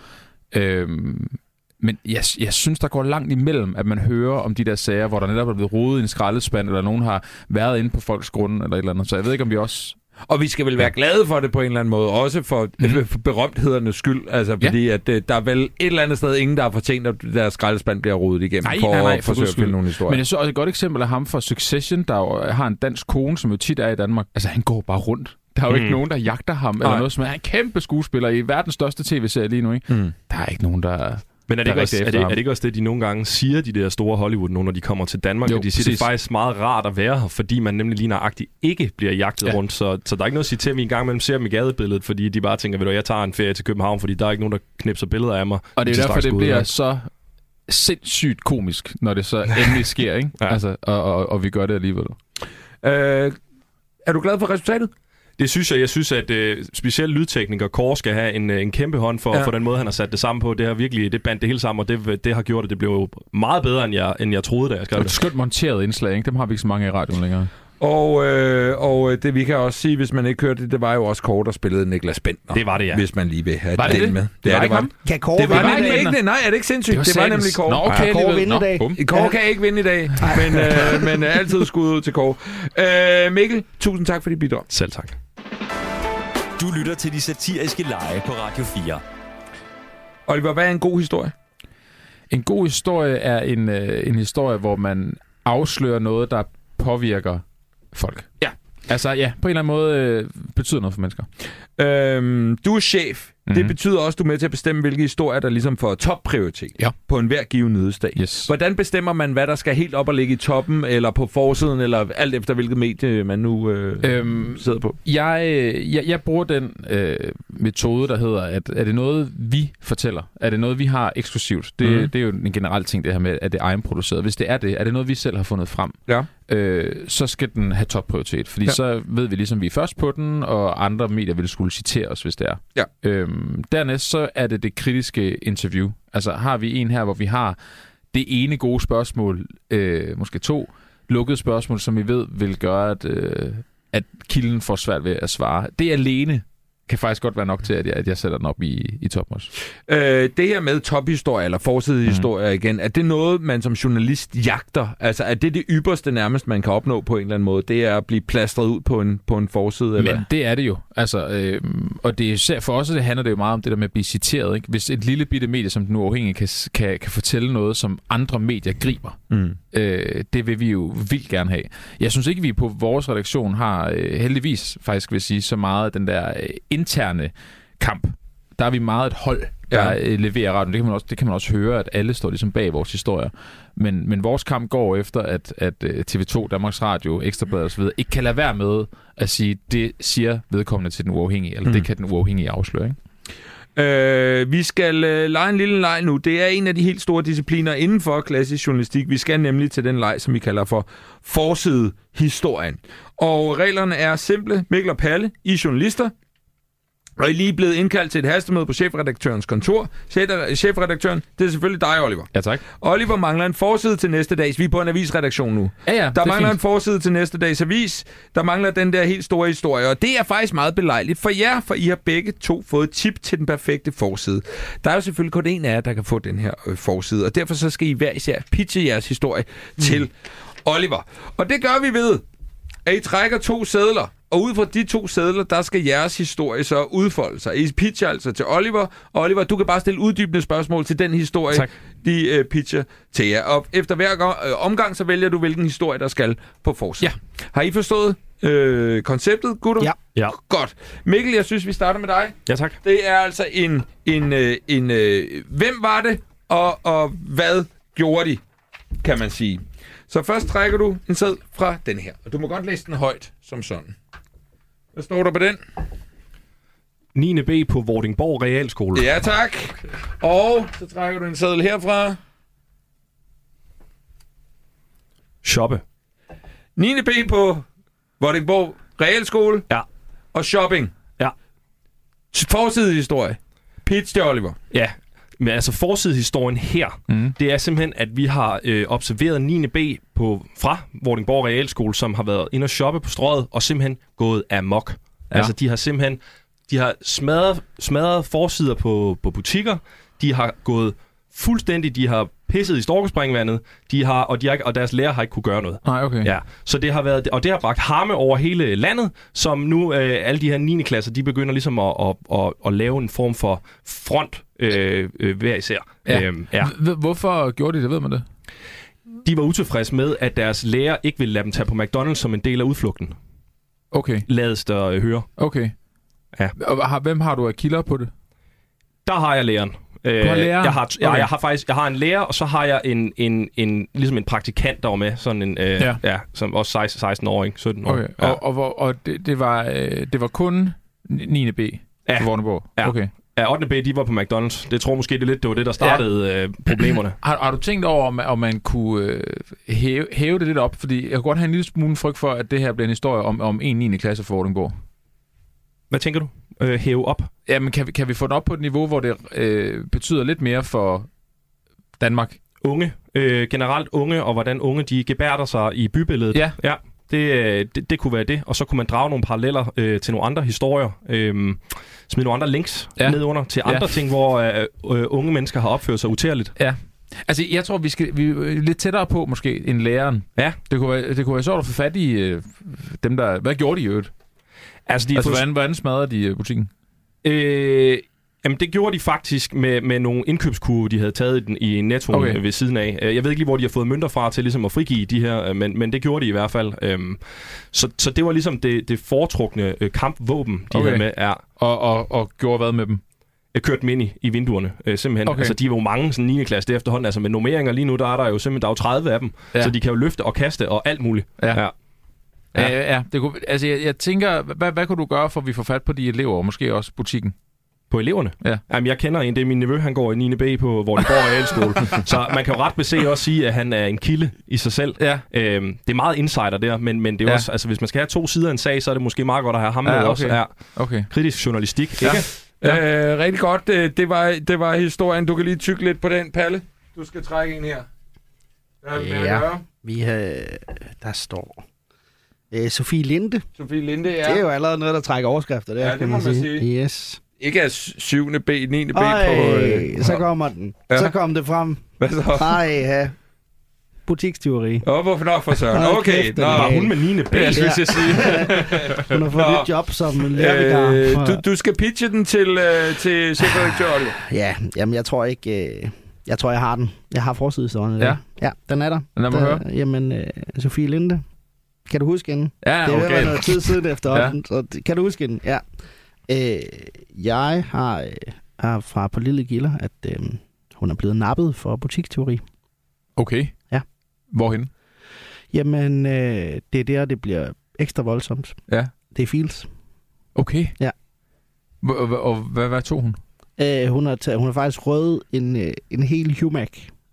Øhm, men jeg, jeg synes, der går langt imellem, at man hører om de der sager, hvor der netop er blevet rodet i en skraldespand, eller nogen har været inde på folks grunde, eller et eller andet. Så jeg ved ikke, om vi også... Og vi skal vel være glade for det på en eller anden måde, også for, mm. for berømthedernes skyld. Altså, fordi ja. at, der er vel et eller andet sted ingen, der har fortjent, at deres skraldespand bliver rodet igennem, nej, for nej, nej, at for forsøge at finde nogle historier. Men jeg så også et godt eksempel af ham fra Succession, der jo har en dansk kone, som jo tit er i Danmark. Altså, han går bare rundt. Der er jo mm. ikke nogen, der jagter ham, eller noget, som er en kæmpe skuespiller i verdens største tv-serie lige nu, ikke? Mm. Der er ikke nogen, der... Men er det, ikke også, er, det, er det ikke også det, de nogle gange siger, de der store Hollywood, når de kommer til Danmark? Jo, de siger, præcis. Det er faktisk meget rart at være her, fordi man nemlig lige nøjagtigt ikke bliver jagtet ja. rundt. Så, så der er ikke noget at sige til, at vi en gang imellem ser dem i gadebilledet, fordi de bare tænker, ved du, jeg tager en ferie til København, fordi der er ikke nogen, der knipser billeder af mig. Og det er derfor, det bliver så sindssygt komisk, når det så endelig sker, ikke? Ja. Altså, og, og, og vi gør det alligevel. Øh, er du glad for resultatet? Det synes jeg. Jeg synes, at øh, specielt lydtekniker Kåre skal have en, en kæmpe hånd for, ja. for den måde, han har sat det sammen på. Det har virkelig det bandt det hele sammen, og det, det har gjort, at det blev meget bedre, end jeg, end jeg troede, da jeg skrev det. Et skønt monteret indslag, ikke? Dem har vi ikke så mange i radioen længere. Og, øh, og det vi kan også sige, hvis man ikke hørte det, det var jo også Kåre, der spillede Niklas Bentner. Det var det, ja. Hvis man lige vil have var det den det? med. Det, det, var, det var ikke Kan Kåre det var vinde nemlig i dag? ikke, nej, er det ikke sindssygt? Det var, det var nemlig Kåre. Nå, okay, ja, Kåre vinde i dag. Nå, Kåre ja. kan ikke vinde i dag, men, øh, men øh, altid skud ud til Kåre. Øh, Mikkel, tusind tak for dit bidrag. Selv tak. Du lytter til De Satiriske Lege på Radio fire. Oliver, hvad er en god historie? En god historie er en, øh, en historie, hvor man afslører noget, der påvirker folk. Ja. Altså ja, på en eller anden måde øh, betyder noget for mennesker. Øhm, du er chef. Mm-hmm. Det betyder også, at du er med til at bestemme, hvilke historier, der ligesom får topprioritet ja. på enhver given nyhedsdag. Yes. Hvordan bestemmer man, hvad der skal helt op og ligge i toppen, eller på forsiden, eller alt efter, hvilket medie man nu øh, øhm, sidder på? Jeg, jeg, jeg bruger den øh, metode, der hedder, at er det noget, vi fortæller? Er det noget, vi har eksklusivt? Det, mm. det er jo en generel ting, det her med, at det er egenproduceret. Hvis det er det, er det noget, vi selv har fundet frem, ja. øh, så skal den have topprioritet. Fordi ja. så ved vi ligesom, vi er først på den, og andre medier vil skulle citere os, hvis det er. Ja. Øhm, Dernæst så er det det kritiske interview. Altså har vi en her, hvor vi har det ene gode spørgsmål, øh, måske to lukkede spørgsmål, som vi ved vil gøre, at, øh, at kilden får svært ved at svare. Det alene kan faktisk godt være nok til, at jeg, at jeg sætter den op i, i toppen også. Øh, det her med tophistorie eller forsidehistorier mm. igen, er det noget, man som journalist jagter? Altså er det det ypperste nærmest, man kan opnå på en eller anden måde? Det er at blive plastret ud på en, på en forside? Eller? Men det er det jo. Altså, øh, og det er, for os det handler det jo meget om det der med at blive citeret. Ikke? Hvis et lille bitte medie som Den Uafhængige kan, kan, kan fortælle noget, som andre medier griber, mm. øh, det vil vi jo vildt gerne have. Jeg synes ikke, vi på vores redaktion har øh, heldigvis faktisk vil sige så meget den der øh, interne kamp. Der er vi meget et hold, der ja. leverer radioen. Det kan man også, det kan man også høre, at alle står ligesom bag vores historier. Men, men vores kamp går efter, at, at T V to, Danmarks Radio, Ekstra Bladet og så videre ikke kan lade være med at sige, det siger vedkommende til Den Uafhængige, eller mm. det kan Den Uafhængige afsløre, ikke? Øh, vi skal øh, lege en lille leg nu. Det er en af de helt store discipliner inden for klassisk journalistik. Vi skal nemlig til den leg, som vi kalder for forsidehistorien. Og reglerne er simple. Mikkel og Palle, I er journalister. Og I er lige blevet indkaldt til et hastemøde på chefredaktørens kontor. Chefredaktøren, det er selvfølgelig dig, Oliver. Ja, tak. Oliver mangler en forside til næste dags. Vi er på en avisredaktion nu. Ja, ja, der mangler fint. en forside til næste dags avis. Der mangler den der helt store historie. Og det er faktisk meget belejligt for jer, for I har begge to fået et tip til den perfekte forside. Der er jo selvfølgelig kun en af jer, der kan få den her øh, forside. Og derfor så skal I hver især pitche jeres historie mm. til Oliver. Og det gør vi ved, at I trækker to sedler, og ud fra de to sedler, der skal jeres historie så udfolde sig. I pitcher altså til Oliver, og Oliver, du kan bare stille uddybende spørgsmål til den historie, tak. de øh, pitcher til jer. Og efter hver øh, omgang, så vælger du, hvilken historie, der skal på forsiden. Ja. Har I forstået øh, konceptet, gutter? Ja. ja. Godt. Mikkel, jeg synes, vi starter med dig. Ja, tak. Det er altså en... en, øh, en øh, hvem var det, og, og hvad gjorde de, kan man sige. Så først trækker du en seddel fra den her, og du må godt læse den højt, som sådan. Hvad står der på den? niende B på Vordingborg Realskole. Ja, tak. Og så trækker du en seddel herfra. Shoppe. niende B på Vordingborg Realskole. Ja. Og shopping. Ja. Forsidehistorie. Pitch til Oliver. Ja. Men altså forsidehistorien her, mm. det er simpelthen, at vi har øh, observeret niende B på, fra Vordingborg Realskole, som har været inde og shoppe på strøget, og simpelthen gået amok. Ja. Altså, de har simpelthen de har smadret, smadret forsider på, på butikker, de har gået fuldstændig, de har pisset i storkespringvandet, de har, og, de har, og deres lærer har ikke kunne gøre noget. Nej, okay. Ja, så det har været, og det har bragt harme over hele landet, som nu øh, alle de her niende klasser, de begynder ligesom at, at, at, at lave en form for front øh, øh, hver især. Ja. Øhm, ja. Hvorfor gjorde de det, ved man det? De var utilfredse med, at deres lærer ikke ville lade dem tage på McDonald's som en del af udflugten. Okay. Lades der øh, høre. Okay. Ja. Og har, hvem har du af kilder på det? Der har jeg læreren. Du har lærer? Jeg har, okay. jeg, jeg har faktisk jeg har en lærer, og så har jeg en, en, en ligesom en praktikant der var med, sådan en øh, ja. Ja, som også seksten år, ikke? sytten år. Okay. Ja. Og, og, og det, det var øh, det var kun niende B ja. på Vordingborg. Ja. Okay. Ja, ottende B, de var på McDonald's. Det tror måske det lidt, det var det der startede ja. øh, problemerne. har, har du tænkt over om, om man kunne øh, hæve, hæve det lidt op, fordi jeg kunne godt have en lille smule frygt for, at det her bliver en historie om om en niende klasse for Vordingborg. Hvad tænker du? Øh, hæve op? Jamen, kan vi, kan vi få det op på et niveau, hvor det øh, betyder lidt mere for Danmark? Unge. Øh, generelt unge, og hvordan unge de gebærder sig i bybilledet. Ja. Ja, det, det, det kunne være det. Og så kunne man drage nogle paralleller øh, til nogle andre historier. Øh, smide nogle andre links ja. ned under til andre ja. ting, hvor øh, øh, unge mennesker har opført sig utærligt. Ja. Altså, jeg tror, vi skal vi er lidt tættere på, måske, end læreren. Ja. Det kunne være, det kunne være sjovt at få fat i øh, dem, der... Hvad gjorde de i øvrigt? Altså, de altså fået... hvordan, hvordan smadrede de butikken? Øh, jamen, det gjorde de faktisk med, med nogle indkøbskurve, de havde taget i, den, i Nettoen okay. ved siden af. Jeg ved ikke lige, hvor de har fået mønter fra til ligesom at frigive de her, men, men det gjorde de i hvert fald. Øhm, så, så det var ligesom det, det foretrukne øh, kampvåben, de okay. havde med. Ja. Og, og, og gjorde hvad med dem? Jeg kørte dem ind i, i vinduerne, øh, simpelthen. Okay. Altså, de er jo mange sådan niende klasse det efterhånden. Altså, med nummeringer lige nu, der er der jo simpelthen der er jo tredive af dem. Ja. Så de kan jo løfte og kaste og alt muligt. Ja. Ja. Ja, ja, ja. Det kunne, altså, jeg, jeg tænker, hvad, hvad kunne du gøre, for at vi får fat på de elever, og måske også butikken? På eleverne? Ja. Jamen, jeg kender en, det er min nevø, han går i niende B på Vordingborg Realskole. Så man kan jo ret beset også sige, at han er en kilde i sig selv. Ja. Øhm, det er meget insider der, men, men det er ja. også, altså, hvis man skal have to sider af en sag, så er det måske meget godt at have ham med ja, okay. også. Ja. Okay. Kritisk journalistik, ja. ikke? Ja. Øh, rigtig godt. Det var, det var historien. Du kan lige tykke lidt på den, Palle. Du skal trække en her. Hvad ja, vi har... Der står... Øh, Sofie Linde. Sofie Linde, ja. Det er jo allerede noget, der trækker overskrifter. Der, ja, det kan man, man sige. sige. Yes. Ikke af syvende B, niende B Øj, på... Øh, så kommer den. Ja. Så kom det frem. Hvad så? Ej, ja. Butikstyveri. Åh, oh, hvorfor nok for søren? Okay, kæft, nå. Var hun med niende B, ja, synes jeg sige. Hun har fået et job som lærervikar. Øh, du, du skal pitche den til, øh, til chefredaktør Oliver. Ja, jamen jeg tror ikke... Øh, jeg tror, jeg har den. Jeg har forsidestående. Ja. Ja, den er der. Den er der, høre. Jamen, øh, Sofie Linde. Kan du huske hende? Ja, det er okay. jo noget tid siden efterhånden. Ja. Så kan du huske hende? Ja. Øh, jeg har, øh, har fra på Lille Gilder, at øh, hun er blevet nappet for butiksteori. Okay. Ja. Hvorhen? Jamen, øh, det er der, det bliver ekstra voldsomt. Ja. Det er Fields. Okay. Ja. Og, og hvad, hvad tog hun? Øh, hun, har taget, hun har faktisk røget en, øh, en hel humac.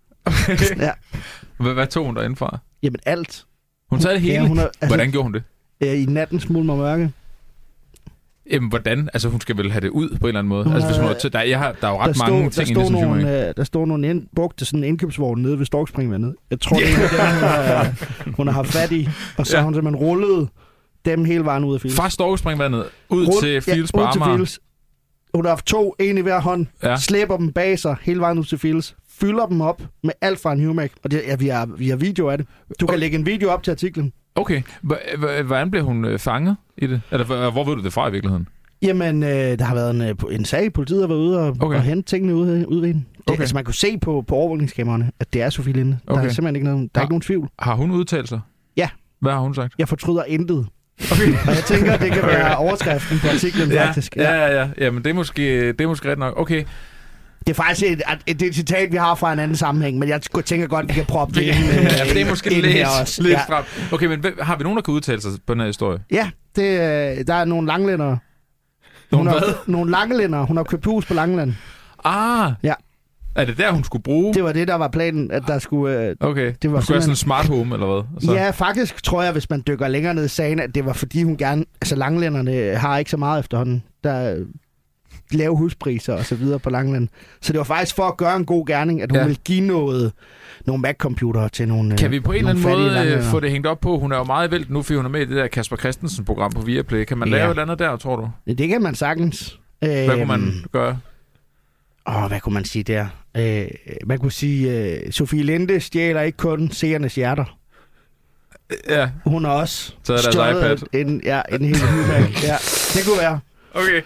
Ja. Hvad, hvad tog hun derinde fra? Jamen alt. Hun tager det hele? Ja, hun har, altså, hvordan gjorde hun det? Øh, I natten smule mig mørke. Jamen, hvordan? Altså, hun skal vel have det ud på en eller anden måde? Hun altså, hvis hun har til, der, jeg har, der er jo ret der stod, mange der ting stod i det, nogle, øh, der stod nogle ind, brugte sådan en indkøbsvogn nede ved Storkspringvandet. Jeg tror, det er dem, hun, har, hun har haft fat i. Og så ja. har hun simpelthen rullet dem hele vejen ud af Fields. Fra Storkspringvandet ud Rull, til Fields ja, på Amager? Hun har haft to, en i hver hånd, ja. slæber dem bag sig hele vejen ud til Fields, fylder dem op med alt fra en humac. Og det, ja, vi, har, vi har video af det. Du kan okay. lægge en video op til artiklen. Okay. H- h- hvordan blev hun fanget i det? Eller hvor ved du det fra i virkeligheden? Jamen, øh, der har været en, en sag, politiet har været ude og, okay. og hente tingene ude, ude ved hende. Det, okay. Altså, man kunne se på, på overvågningskameraerne, at det er Sofie Linde. Okay. Der er simpelthen ikke, noget, der er ikke nogen tvivl. Har hun udtalt sig? Ja. Hvad har hun sagt? Jeg fortryder intet. Okay. Og jeg tænker, det kan være overskriften på artiklen, ja, faktisk. Ja, ja, ja. Jamen, det er måske, det er måske ret nok. Okay. Det er faktisk et, et, et citat, vi har fra en anden sammenhæng, men jeg tænker godt, at vi kan proppe det ind. Ja, ja, det er måske lidt, lidt ja. frem. Okay, men har vi nogen, der kan udtale sig på den her historie? Ja, det, der er nogle langlændere. Nogle har, hvad? Nogle langlændere. Hun har købt hus på Langeland. Ah! Ja. Er det der, hun skulle bruge? Det var det, der var planen, at der skulle... Øh, okay, det var hun skulle have sådan en smart home, eller hvad? Så. Ja, faktisk tror jeg, hvis man dykker længere ned i sagen, at det var fordi, hun gerne... Altså, langlænderne har ikke så meget efterhånden. Der lave huspriser og så videre på Langeland. Så det var faktisk for at gøre en god gerning, at hun ja. ville give noget, nogle Mac-computere til nogle Kan vi på en eller anden måde langlænder. få det hængt op på? Hun er jo meget vælt nu, fordi hun er med i det der Kasper Christensen-program på Viaplay. Kan man ja. lave et eller andet der, tror du? Ja, det kan man sagtens. Hvad kunne man gøre? Åh, hvad kunne man sige der? Øh, man kunne sige, øh, Sofie Linde stjæler ikke kun seernes hjerter. Ja. Hun har også stjålet en, ja, en hel hylmærk. Ja, det kunne være. Okay.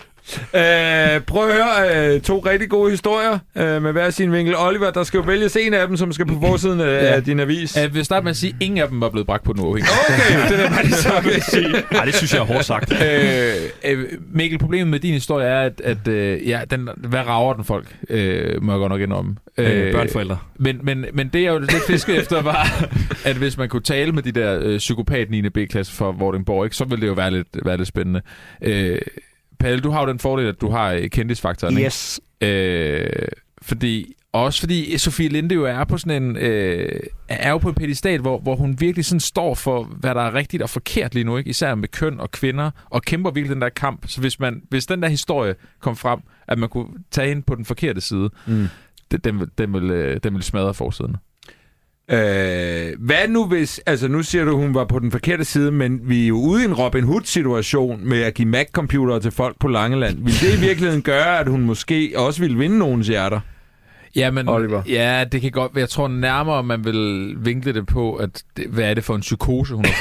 Øh, prøv at høre øh, to rigtig gode historier øh, med hver sin vinkel. Oliver, der skal jo vælges en af dem, som skal på forsiden af ja. din avis. Jeg vil starte med at sige, at ingen af dem var blevet bragt på den uafhængige. Okay, det er bare det samme, vil sige. Nej, det synes jeg er hårdt sagt. øh, øh, Mikkel, problemet med din historie er, at, at øh, ja, den, hvad rager den folk, øh, må jeg godt nok indrømme. Øh, Børnforældre. Men, men, men det, jeg jo lidt fiskede efter, var, at hvis man kunne tale med de der øh, psykopat niende B-klasse fra Vordingborg, ikke, så ville det jo være lidt, være lidt spændende. Øh, Palle, du har jo den fordel, at du har kendisfaktoren, ikke? Yes. Øh, fordi, også fordi Sofie Linde jo er på sådan en, øh, er jo på en pedestal, hvor, hvor hun virkelig sådan står for, hvad der er rigtigt og forkert lige nu, ikke? Især med køn og kvinder, og kæmper virkelig den der kamp. Så hvis, man, hvis den der historie kom frem, at man kunne tage hende på den forkerte side, mm. det, den, den, vil, den vil smadre forsiden. Øh, hvad nu hvis, altså nu siger du, hun var på den forkerte side, men vi er jo ude i en Robin Hood-situation med at give Mac-computere til folk på Langeland. Vil det i virkeligheden gøre, at hun måske også ville vinde nogens hjerter? Ja, men, Oliver. Ja, det kan godt. Jeg tror nærmere, man vil vinkle det på, at det, hvad er det for en psykose, hun har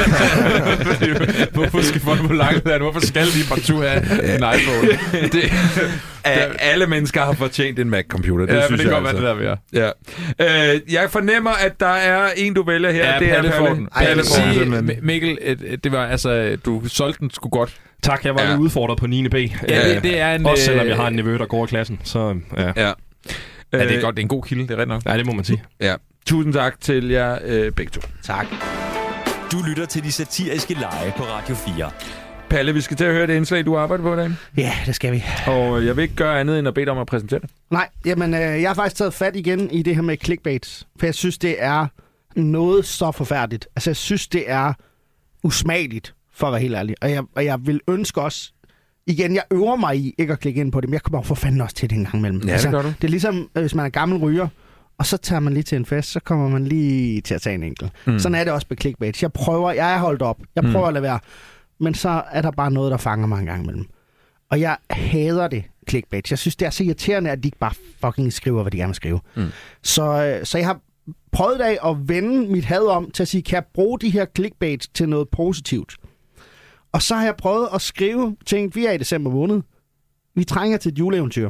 fået? Hvorfor skal folk på Langeland? Hvorfor skal de partout have en iPhone? Det, der, alle mennesker har fortjent en Mac-computer. Det ja, synes men det jeg kan altså. godt være, det der vi er. Ja. Øh, jeg fornemmer, at der er en, du vælger her. Ja, det Palle er Palle. Palle sige, Mikkel, det var altså, du solgte den sgu godt. Tak, jeg var ja. lidt udfordret på niende B. Ja, det, det er en... Også selvom jeg har en nevø, der går i klassen. Så, ja. ja. Ja, det er godt. Det er en god kilde, det er ret nok. Ja, det må man sige. Ja. Tusind tak til jer øh, begge to. Tak. Du lytter til De Satiriske Lege på Radio fire. Palle, vi skal til at høre det indslag, du arbejder på i dag. Ja, det skal vi. Og jeg vil ikke gøre andet end at bede dig om at præsentere det. Nej, jamen, øh, jeg har faktisk taget fat igen i det her med clickbait. For jeg synes, det er noget så forfærdeligt. Altså, jeg synes, det er usmageligt, for at være helt ærlig. Og jeg, og jeg vil ønske også... Igen, jeg øver mig i ikke at klikke ind på det, men jeg kommer jo for fanden også til det en gang imellem. Ja, altså, det gør du. Det er ligesom, hvis man er gammel ryger, og så tager man lige til en fest, så kommer man lige til at tage en enkelt. Mm. Sådan er det også med clickbait. Jeg prøver, jeg er holdt op. Jeg prøver mm. at lade være. Men så er der bare noget, der fanger mig en gang imellem. Og jeg hader det, clickbait. Jeg synes, det er så irriterende, at de ikke bare fucking skriver, hvad de gerne vil skrive. Mm. Så, så jeg har prøvet af at vende mit had om til at sige, kan jeg bruge de her clickbait til noget positivt? Og så har jeg prøvet at skrive, tænkt, vi er i december måned. Vi trænger til et juleeventyr.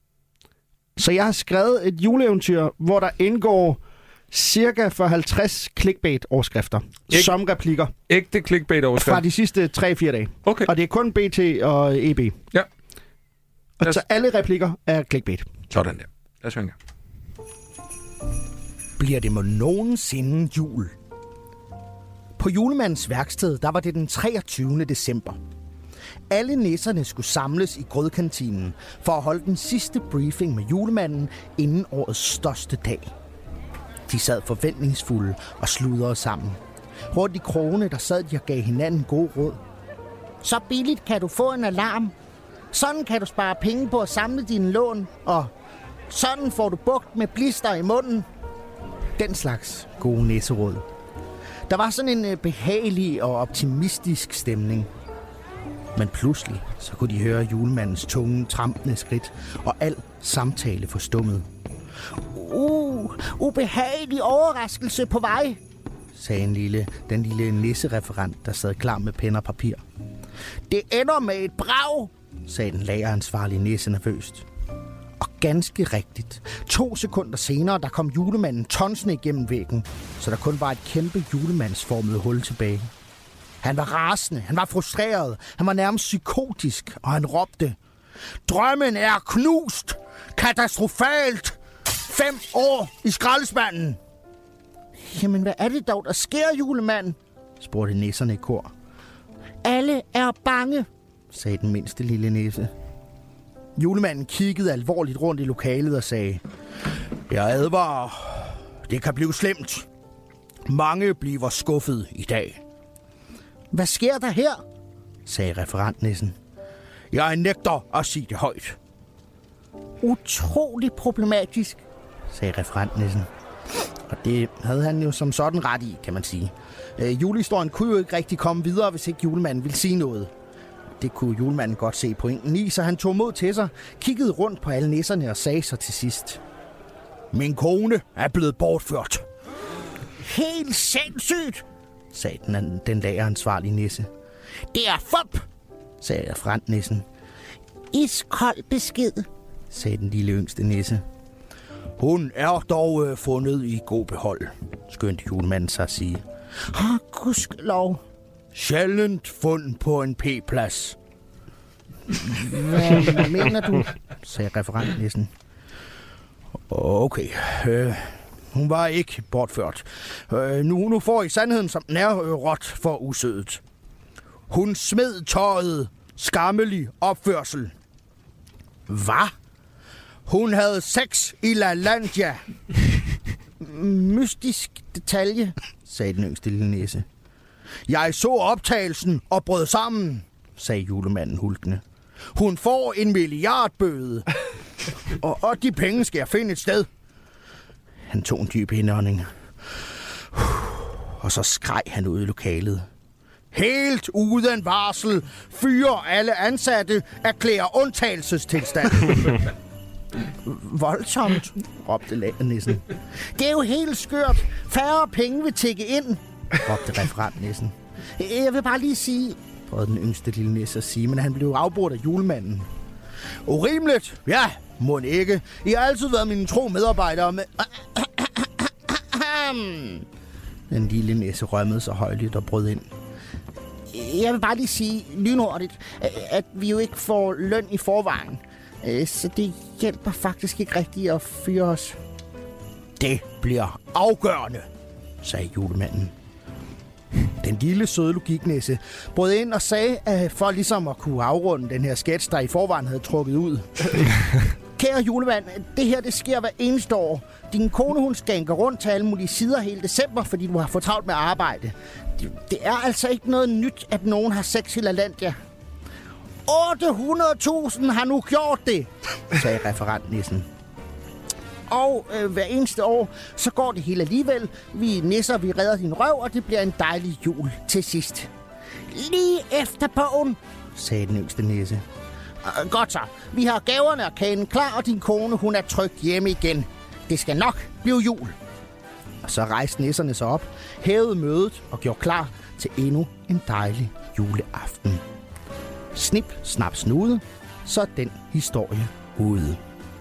Så jeg har skrevet et juleeventyr, hvor der indgår cirka for halvtreds clickbait-overskrifter. Ik- som replikker. Ægte clickbait-overskrifter? Fra de sidste tre fire dage. Okay. Og det er kun B T og E B. Ja. Og så alle replikker er clickbait. Sådan der. Lad os høre. Bliver det må nogensinde jul? På julemandens værksted, der var det den treogtyvende december. Alle nisserne skulle samles i grødkantinen for at holde den sidste briefing med julemanden inden årets største dag. De sad forventningsfulde og sludrede sammen. Rundt i krogene, der sad de og gav hinanden god råd. Så billigt kan du få en alarm. Sådan kan du spare penge på at samle dine lån. Og sådan får du bugt med blister i munden. Den slags gode nisseråd. Der var sådan en behagelig og optimistisk stemning. Men pludselig så kunne de høre julemandens tunge, trampende skridt, og al samtale forstummet. Uh, ubehagelig overraskelse på vej, sagde en lille, den lille nissereferent, der sad klar med pen og papir. Det ender med et brag, sagde den lageransvarlige nisse nervøst. Og ganske rigtigt. To sekunder senere, der kom julemanden tonsende igennem væggen, så der kun var et kæmpe julemandsformet hul tilbage. Han var rasende, han var frustreret, han var nærmest psykotisk, og han råbte: Drømmen er knust! Katastrofalt! Fem år i skraldespanden! Jamen, hvad er det dog, der sker, julemand? Spurgte nisserne i kor. Alle er bange, sagde den mindste lille nisse. Julemanden kiggede alvorligt rundt i lokalet og sagde: Jeg advarer, det kan blive slemt. Mange bliver skuffet i dag. Hvad sker der her? Sagde referentnissen. Jeg nægter at sige det højt. Utroligt problematisk, sagde referentnissen. Og det havde han jo som sådan ret i, kan man sige. Øh, julehistorien kunne jo ikke rigtig komme videre, hvis ikke julemanden ville sige noget. Det kunne julemanden godt se pointen i, så han tog mod til sig, kiggede rundt på alle nisserne og sagde så til sidst: Min kone er blevet bortført. Helt sindssygt, sagde den, den lageransvarlige nisse. Det er fup, sagde referentnissen. Iskold besked, sagde den lille yngste nisse. Hun er dog øh, fundet i god behold, skyndte julemanden sig at sige. Ah, gudskelov. Sjældent fund på en p-plads. Hvad mener du, sagde referentnissen. Okay, øh, hun var ikke bortført. Øh, nu, nu får I sandheden, som den er, øh, råt for usødet. Hun smed tøjet. Skammelig opførsel. Hvad? Hun havde sex i LaLandia. Mystisk detalje, sagde den yngste lille nisse. Jeg så optagelsen og brød sammen, sagde julemanden hulkende. Hun får en milliardbøde, og, og de penge skal jeg finde et sted. Han tog en dyb indånding, og så skreg han ud i lokalet. Helt uden varsel fyrer alle ansatte, erklærer undtagelsestilstand. Voldsomt, råbte lagenissen. Det er jo helt skørt. Færre penge vil tikke ind, råbte referentnissen. Jeg vil bare lige sige, prøvede den yngste lille nisse at sige, men han blev afbrudt af julemanden. Urimeligt? Ja, må ikke. I har altid været mine tro medarbejdere med... Den lille nisse rømmede sig højligt og brød ind. Jeg vil bare lige sige lynhurtigt, at vi jo ikke får løn i forvejen. Så det hjælper faktisk ikke rigtigt at fyre os. Det bliver afgørende, sagde julemanden. Den lille søde logiknæse brød ind og sagde, at for ligesom at kunne afrunde den her sketch, der i forvejen havde trukket ud. Kære julemand, det her det sker hver eneste år. Din kone, hun skænker rundt til alle mulige sider hele december, fordi du har fået travlt med arbejde. Det, det er altså ikke noget nyt, at nogen har sex i LaLandia. otte hundrede tusind har nu gjort det, sagde referentnissen. Og øh, hver eneste år, så går det hele alligevel. Vi nisser, vi redder din røv, og det bliver en dejlig jul til sidst. Lige efter bogen, sagde den yngste nisse. Godt så. Vi har gaverne og kagen klar, og din kone, hun er trygt hjemme igen. Det skal nok blive jul. Og så rejste nisserne sig op, hævede mødet og gjorde klar til endnu en dejlig juleaften. Snip, snap, snude, så er den historie ude.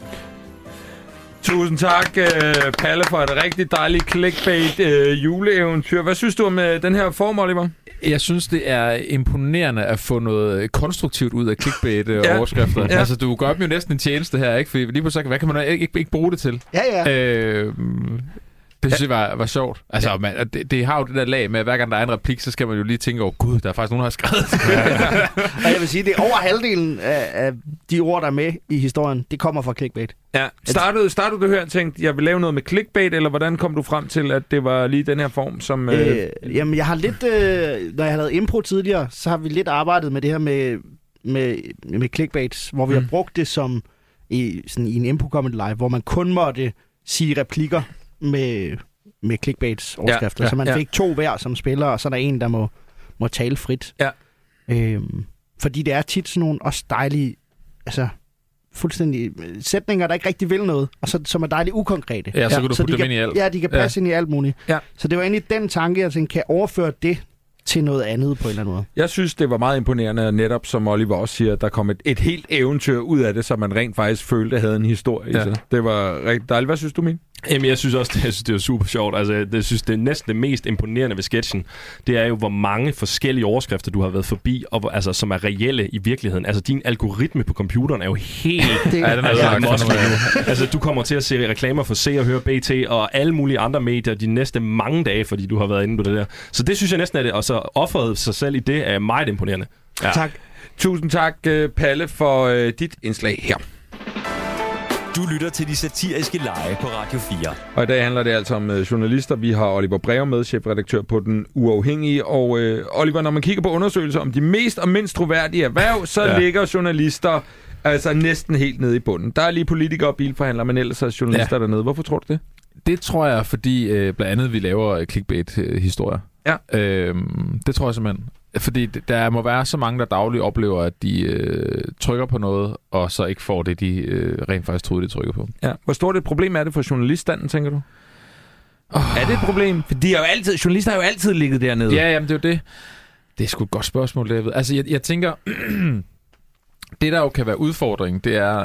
Tusind tak, Palle, for et rigtig dejligt clickbait juleeventyr. Hvad synes du om den her form, Oliver? Jeg synes, det er imponerende at få noget konstruktivt ud af clickbait-overskrifter. Ja. Altså, du gør dem jo næsten en tjeneste her, ikke? For lige på så, hvad kan man ikke, ikke, ikke bruge det til? Ja, ja. Øh, det synes jeg var, var sjovt. Altså, man, det, det har jo det der lag med, at hver gang der er en replik, så skal man jo lige tænke over, gud, der er faktisk nogen, der har skrevet det. Ja. Og jeg vil sige, det er over halvdelen af, af de ord, der er med i historien, det kommer fra clickbait. Ja. Startede, startede du her og tænkte, jeg vil lave noget med clickbait, eller hvordan kom du frem til, at det var lige den her form, som... Øh... Øh, jamen, jeg har lidt... Øh, når jeg har lavet impro tidligere, så har vi lidt arbejdet med det her med, med, med clickbait, hvor vi mm. har brugt det som i, sådan, i en impro-comedy live, hvor man kun måtte sige replikker med, med clickbaits overskrifter. Ja, ja, så man ja. fik to hver som spiller, og så er der en, der må, må tale frit. Ja. Øhm, fordi det er tit sådan nogle også dejlige... Altså, fuldstændig sætninger, der ikke rigtig vil noget, og så, som er dejligt ukonkrete. Ja, så kan du så putte de dem kan, ind i alt. Ja, de kan passe Ja. ind i alt muligt. Ja. Så det var egentlig den tanke, jeg tænkte, kan jeg overføre det til noget andet på en eller anden måde. Jeg synes, det var meget imponerende, netop som Oliver også siger, der kom et, et helt eventyr ud af det, så man rent faktisk følte, havde en historie Ja. i sig. Det var rigtig dejligt. Hvad synes du, Min? Jamen, jeg synes også, det, jeg synes, det er super sjovt. Altså, jeg synes, det er næsten det mest imponerende ved sketchen. Det er jo, hvor mange forskellige overskrifter, du har været forbi, og hvor, altså, som er reelle i virkeligheden. Altså, din algoritme på computeren er jo helt... Det, Ja, den er altså, lagt måske sådan nu. Altså, du kommer til at se reklamer for Se og Høre B T og alle mulige andre medier de næste mange dage, fordi du har været inde på det der. Så det synes jeg næsten er det. Og så offeret sig selv i det er meget imponerende. Ja. Tak. Tusind tak, Palle, for uh, dit indslag her. Du lytter til De Satiriske Lege på Radio fire. Og i dag handler det altså om uh, journalister. Vi har Oliver Breum med, chefredaktør på Den Uafhængige. Og uh, Oliver, når man kigger på undersøgelser om de mest og mindst troværdige erhverv, så ja. ligger journalister altså næsten helt nede i bunden. Der er lige politikere og bilforhandlere, men ellers er journalister ja. dernede. Hvorfor tror du det? Det tror jeg, fordi øh, blandt andet vi laver clickbait-historier. Ja. Øhm, det tror jeg simpelthen. Fordi der må være så mange, der dagligt oplever, at de øh, trykker på noget, og så ikke får det, de øh, rent faktisk troede, de trykker på. Ja. Hvor stort et problem er det for journaliststanden, tænker du? Oh. Er det et problem? For de er jo altid, journalister har jo altid ligget dernede. Ja, jamen det er jo det. Det er sgu et godt spørgsmål, David. Altså, jeg, jeg tænker, det der jo kan være udfordring, det er,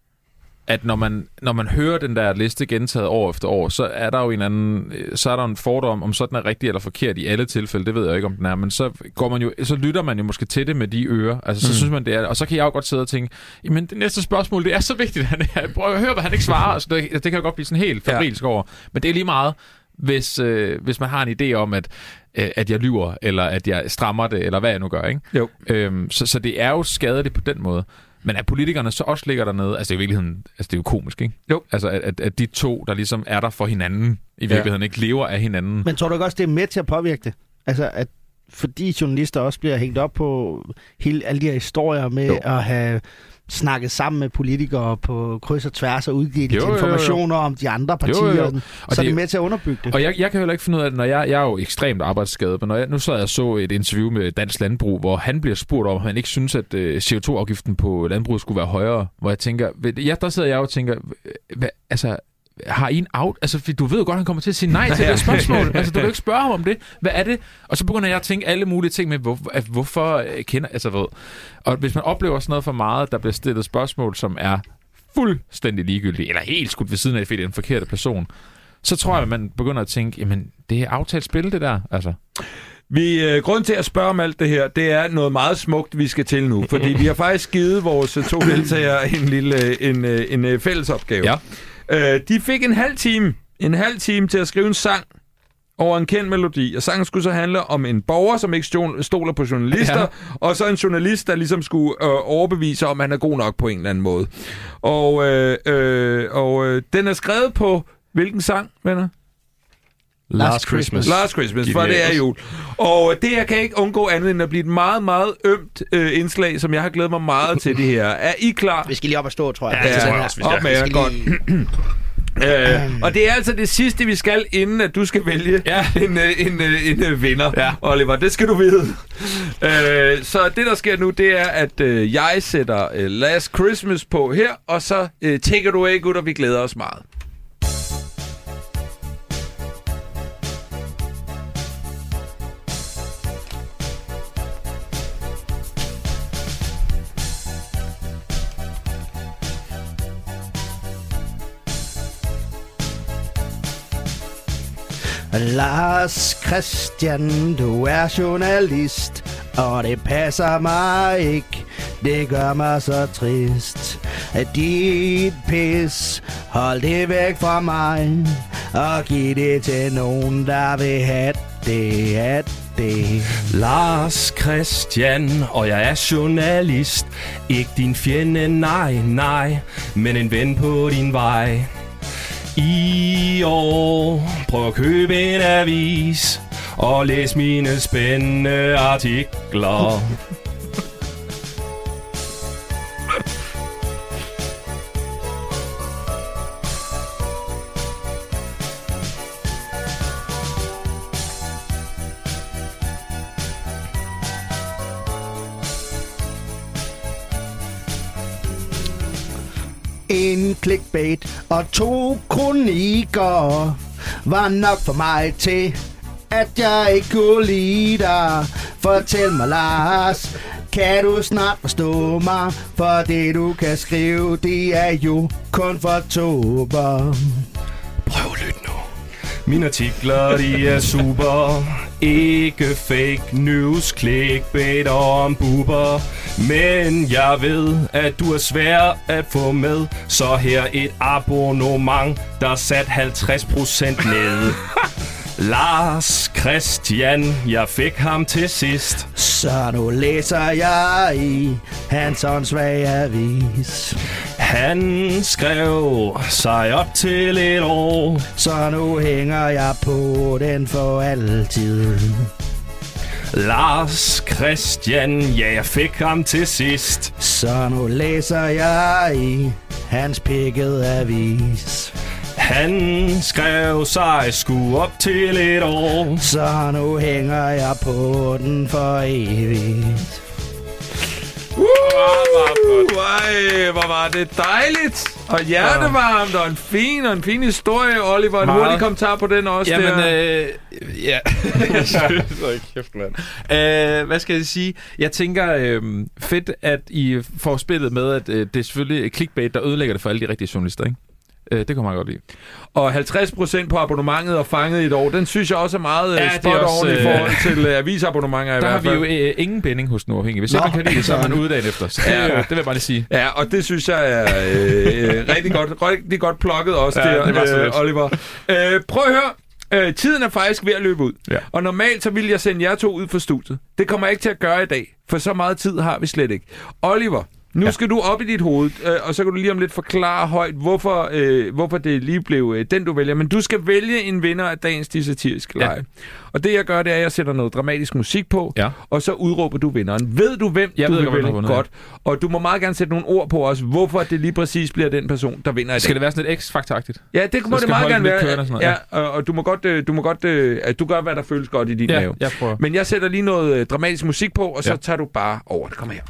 at når man, når man hører den der liste gentaget år efter år, så er der jo en anden, så er der en fordom, om sådan er rigtigt eller forkert i alle tilfælde, det ved jeg ikke, om den er, men så går man jo, så lytter man jo måske til det med de ører, altså så mm. synes man det er, og så kan jeg jo godt sidde og tænke, jamen det næste spørgsmål, det er så vigtigt, han er, prøv at høre, hvad han ikke svarer, altså, det, det kan jo godt blive sådan helt fabrilsk over, men det er lige meget, hvis, øh, hvis man har en idé om, at, øh, at jeg lyver, eller at jeg strammer det, eller hvad jeg nu gør, ikke? Jo. Øhm, så, så det er jo skadeligt på den måde. Men at politikerne så også ligger dernede, altså det er i virkeligheden, altså det er jo komisk, ikke? Jo. Altså at, at de to, der ligesom er der for hinanden, i virkeligheden ja. ikke lever af hinanden. Men tror du ikke også, det er med til at påvirke det? Altså at fordi journalister også bliver hængt op på hele, alle de her historier med jo. at have snakket sammen med politikere på kryds og tværs og udgivet jo, informationer jo, jo. om de andre partier, jo, jo, jo. Og så det, er det med til at underbygge det. Og jeg, jeg kan heller ikke finde ud af det, når jeg, jeg er jo ekstremt arbejdsskadet, men når jeg, nu så jeg så et interview med Dansk Landbrug, hvor han bliver spurgt om, at han ikke synes, at uh, C O to afgiften på landbruget skulle være højere, hvor jeg tænker, ja, der sidder jeg og tænker, hvad, altså, har I en out? Altså, du ved jo godt, han kommer til at sige nej til det spørgsmål. Altså, du kan ikke spørge ham om det. Hvad er det? Og så begynder jeg at tænke alle mulige ting med, hvor, at hvorfor kender... Altså, ved. Og hvis man oplever sådan noget for meget, der bliver stillet spørgsmål, som er fuldstændig ligegyldige, eller helt skudt ved siden af, fordi det er en forkerte person, så tror jeg, at man begynder at tænke, jamen, det er aftalt spil, det der. Altså... Vi, øh, grund til at spørge om alt det her, det er noget meget smukt, vi skal til nu. Fordi vi har faktisk givet vores to deltagere en lille en, en, en fællesopgave. Ja. Øh, de fik en halv time, en halv time til at skrive en sang over en kendt melodi. Og sangen skulle så handle om en borger, som ikke stoler på journalister, ja. og så en journalist, der ligesom skulle øh, overbevise om, at han er god nok på en eller anden måde. Og, øh, øh, og øh, den er skrevet på hvilken sang, venner? Last Christmas. Last Christmas, for det er jul. Og det her kan ikke undgå andet end at blive et meget, meget ømt øh, indslag, som jeg har glædet mig meget til det her. Er I klar? Vi skal lige op og stå, tror jeg. Ja, det tror jeg også, vi skal. Op med jer, godt. Øh, og det er altså det sidste, vi skal, inden at du skal vælge ja. en, en, en, en vinder, ja. Oliver. Det skal du vide. Øh, så det, der sker nu, det er, at øh, jeg sætter øh, Last Christmas på her, og så øh, take it away, gutter. Vi glæder os meget. Lars Christian, du er journalist, og det passer mig ikke. Det gør mig så trist. Dit pis, hold det væk fra mig, og giv det til nogen, der vil have det, have det. Lars Christian, og jeg er journalist. Ikke din fjende, nej, nej, men en ven på din vej. I år prøv at købe en avis og læs mine spændende artikler. En clickbait og to kronikker var nok for mig til, at jeg ikke kunne lide dig. Fortæl mig, Lars, kan du snart forstå mig? For det du kan skrive, det er jo kun for tober. Prøv at lytte nu. Mine artikler, de er super. Ikke fake news, clickbait om buber. Men jeg ved, at du er svær at få med. Så her et abonnement, der er sat halvtreds procent ned. Lars Christian, jeg fik ham til sidst. Så nu læser jeg i hans åndssvage avis. Han skrev sig op til et år. Så nu hænger jeg på den for altid. Lars Christian, ja, jeg fik ham til sidst. Så nu læser jeg i hans pikkede avis. Han skrev sig sku op til et år. Så nu hænger jeg på den for evigt. Uh, Ej, hvor var det dejligt. Og hjertevarmt, og en fin, og en fin historie, Oliver. En Meget. hurtig kommentar på den også. Jamen, der. øh, ja. Jeg synes, oh, kæft, mand. Øh, hvad skal jeg sige? Jeg tænker, øh, fedt, at I får spillet med, at øh, det er selvfølgelig clickbait, der ødelægger det for alle de rigtige journalister, ikke? Øh, det kommer jeg godt lide. Og halvtreds procent på abonnementet og fanget i et år, den synes jeg også er meget Ja, ja, det spot er også, on i øh, forhold til uh, avisabonnementer i Der har hvert vi fald. jo øh, ingen binding hos den uafhængige. Hvis Nå, ikke man kan lide det, så er man sådan. ude dagen efter. Så det, Ja. ja. det vil jeg bare lige sige. Ja, og det synes jeg er øh, rigtig godt, rigtig godt plukket også, Ja, der, det var så øh, lidt. Oliver. Øh, prøv at høre. Øh, tiden er faktisk ved at løbe ud. Ja. Og normalt så ville jeg sende jer to ud for studiet. Det kommer jeg ikke til at gøre i dag, for så meget tid har vi slet ikke. Oliver, nu ja. skal du op i dit hoved, øh, og så kan du lige om lidt forklare højt, hvorfor, øh, hvorfor det lige blev øh, den, du vælger. Men du skal vælge en vinder af dagens De Satiriske Lege. Ja. Og det, jeg gør, det er, at jeg sætter noget dramatisk musik på, Ja. og så udråber du vinderen. Ved du, hvem Jeg du ved vil godt, hvem vælge? der har vundet, Godt. Og du må meget gerne sætte nogle ord på os, hvorfor det lige præcis bliver den person, der vinder i dag. Skal det være sådan lidt X-faktoragtigt? Ja, det må det skal meget holde gerne lidt være. kørende og sådan noget, Ja, og, og du må godt, øh, du må godt, øh, at du gør, hvad der føles godt i din Ja, mave. jeg prøver. Men jeg sætter lige noget øh, dramatisk musik på, og så Ja. tager du bare over. Det kommer her.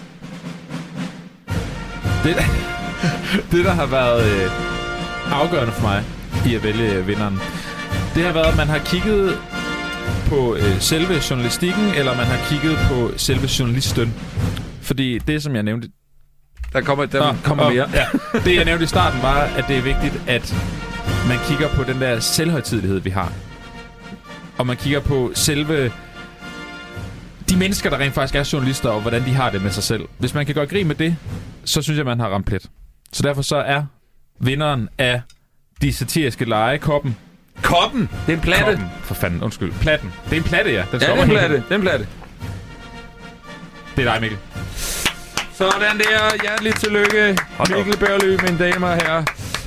Det, det der har været øh, afgørende for mig i at vælge øh, vinderen, det har været, at man har kigget på øh, selve journalistikken, eller man har kigget på selve journalisten. Fordi det, som jeg nævnte... Der kommer, der Nå, kommer og- mere. Ja, det, jeg nævnte i starten, var, at det er vigtigt, at man kigger på den der selvhøjtidelighed, vi har. Og man kigger på selve... de mennesker, der rent faktisk er journalister, og hvordan de har det med sig selv. Hvis man kan gøre grin med det, så synes jeg, man har ramt plet. Så derfor så er vinderen af De Satiriske Lege koppen. Koppen! Det er en platte. Koppen, for fanden, undskyld. Platten. Det er en platte, ja. Den Ja, står det er en over platte. hele. Det er en platte. Det er dig, Mikkel. Sådan der. Hjerteligt tillykke, Mikkel Bærløb, mine damer og herrer.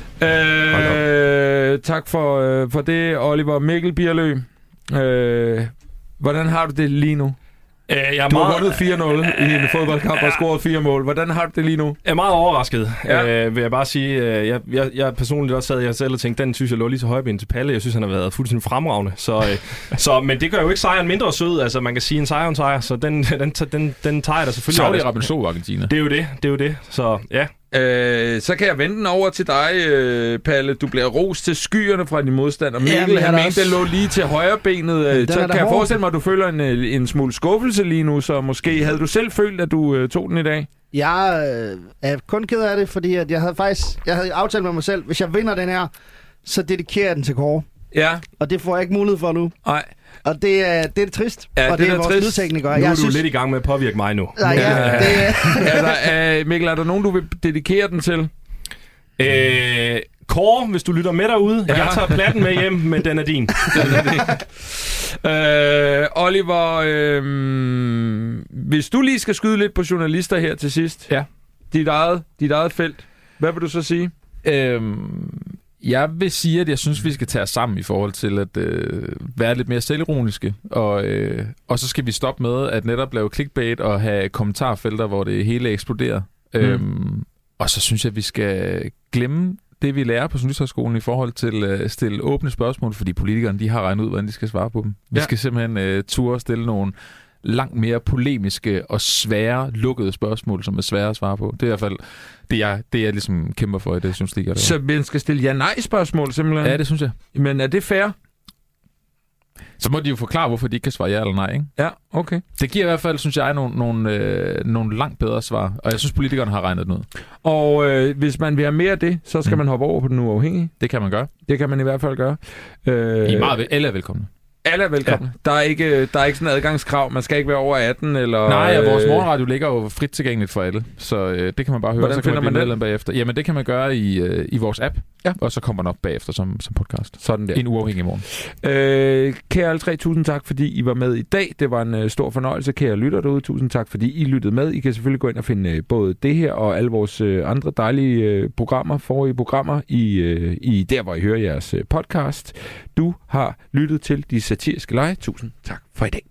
Øh, tak for, øh, for det, Oliver. Mikkel Bærløb. Øh, hvordan har du det lige nu? Øh, jeg er Du har meget, vundet fire nul i en fodboldkamp og scoret fire mål. Hvordan har du det lige nu? jeg er meget overrasket, Ja. ja. øh, vil jeg bare sige. Øh, jeg, jeg, jeg personligt også sad jeg selv og tænkte, den synes jeg lå lige så højben til Palle. Jeg synes, han har været fuldstændig fremragende. Så, øh, så, men det gør jo ikke sejren mindre sød. Altså, man kan sige en sejr en sejr, så den, den, den, den tager jeg da selvfølgelig. Saudi-Arabien slog Argentina. Det er jo det, det er jo det. Så ja. Øh, så kan jeg vende den over til dig, øh, Palle. Du bliver rost til skyerne fra din modstander. Mikkel, Jamen, han jeg er mente, også- det lå lige til højre benet. Den Øh, så er da kan jeg hård. forestille mig, at du føler en, øh, en smule skuffelse lige nu, så måske havde du selv følt, at du øh, tog den i dag? Jeg øh, er kun ked af det, fordi at jeg havde faktisk jeg havde aftalt med mig selv, hvis jeg vinder den her, så dedikerer jeg den til Kåre. Ja, Og det får jeg ikke mulighed for nu. nej. Og det er, det er trist. Ja, og det det, er er vores trist. lydtekniker. Nu er Jeg du synes, lidt i gang med at påvirke mig nu. Nej, ja, Ja. det er... Er der, øh, Mikkel, er der nogen, du vil dedikere den til? Øh, Kåre, hvis du lytter med derude, ja. Jeg tager platten med hjem, men den er din. øh, Oliver, øh, hvis du lige skal skyde lidt på journalister her til sidst. Ja. Dit eget, dit eget felt. Hvad vil du så sige? Øhm, jeg vil sige, at jeg synes, vi skal tage os sammen i forhold til at øh, være lidt mere selvironiske. Og, øh, og så skal vi stoppe med at netop lave clickbait og have kommentarfelter, hvor det hele eksploderer. Mm. Øhm, og så synes jeg, at vi skal glemme det, vi lærer på Journalisthøjskolen i forhold til at øh, stille åbne spørgsmål, fordi politikerne de har regnet ud, hvordan de skal svare på dem. Vi Ja. ja. skal simpelthen øh, turde stille nogle langt mere polemiske og svære, lukkede spørgsmål, som er svære at svare på. Det er i hvert fald det, jeg, det, jeg ligesom kæmper for i det, synes jeg. Så man skal stille ja-nej-spørgsmål simpelthen? Ja, det synes jeg. Men er det fair? Så må de jo forklare, hvorfor de ikke kan svare ja eller nej, ikke? Ja, okay. Det giver i hvert fald, synes jeg, nogle, nogle, øh, nogle langt bedre svar. Og jeg synes, politikerne har regnet det ud. Og øh, hvis man vil have mere af det, så skal mm. man hoppe over på den uafhængige. Det kan man gøre. Det kan man i hvert fald gøre. Øh, I er meget vel- alle er velkomne. Alle er velkomne. Ja. Der er ikke, der er ikke sådan en adgangskrav. Man skal ikke være over atten, eller... Nej, og vores morgenradio ligger jo frit tilgængeligt for alle. Så øh, det kan man bare høre. Hvordan så kan finder man, man blive det? Bagefter. Jamen, det kan man gøre i, øh, i vores app. Ja. Og så kommer den op bagefter som, som podcast. Sådan der. En uafhængig morgen. Øh, kære alle tre, tusind tak, fordi I var med i dag. Det var en øh, stor fornøjelse. Kære lytter derude, tusind tak, fordi I lyttede med. I kan selvfølgelig gå ind og finde øh, både det her og alle vores øh, andre dejlige øh, programmer, forrige programmer, i, øh, i der, hvor I hører jeres øh, podcast. Du har lyttet til De Satiriske Lege. Tusind tak for i dag.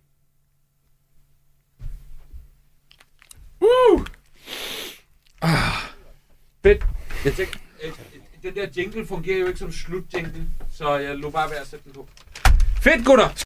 Woo! Ah, fedt. Jeg tænker, øh, den der jingle fungerer jo ikke som slutjingle, så jeg lå bare ved at sætte den på. Fedt, gutter!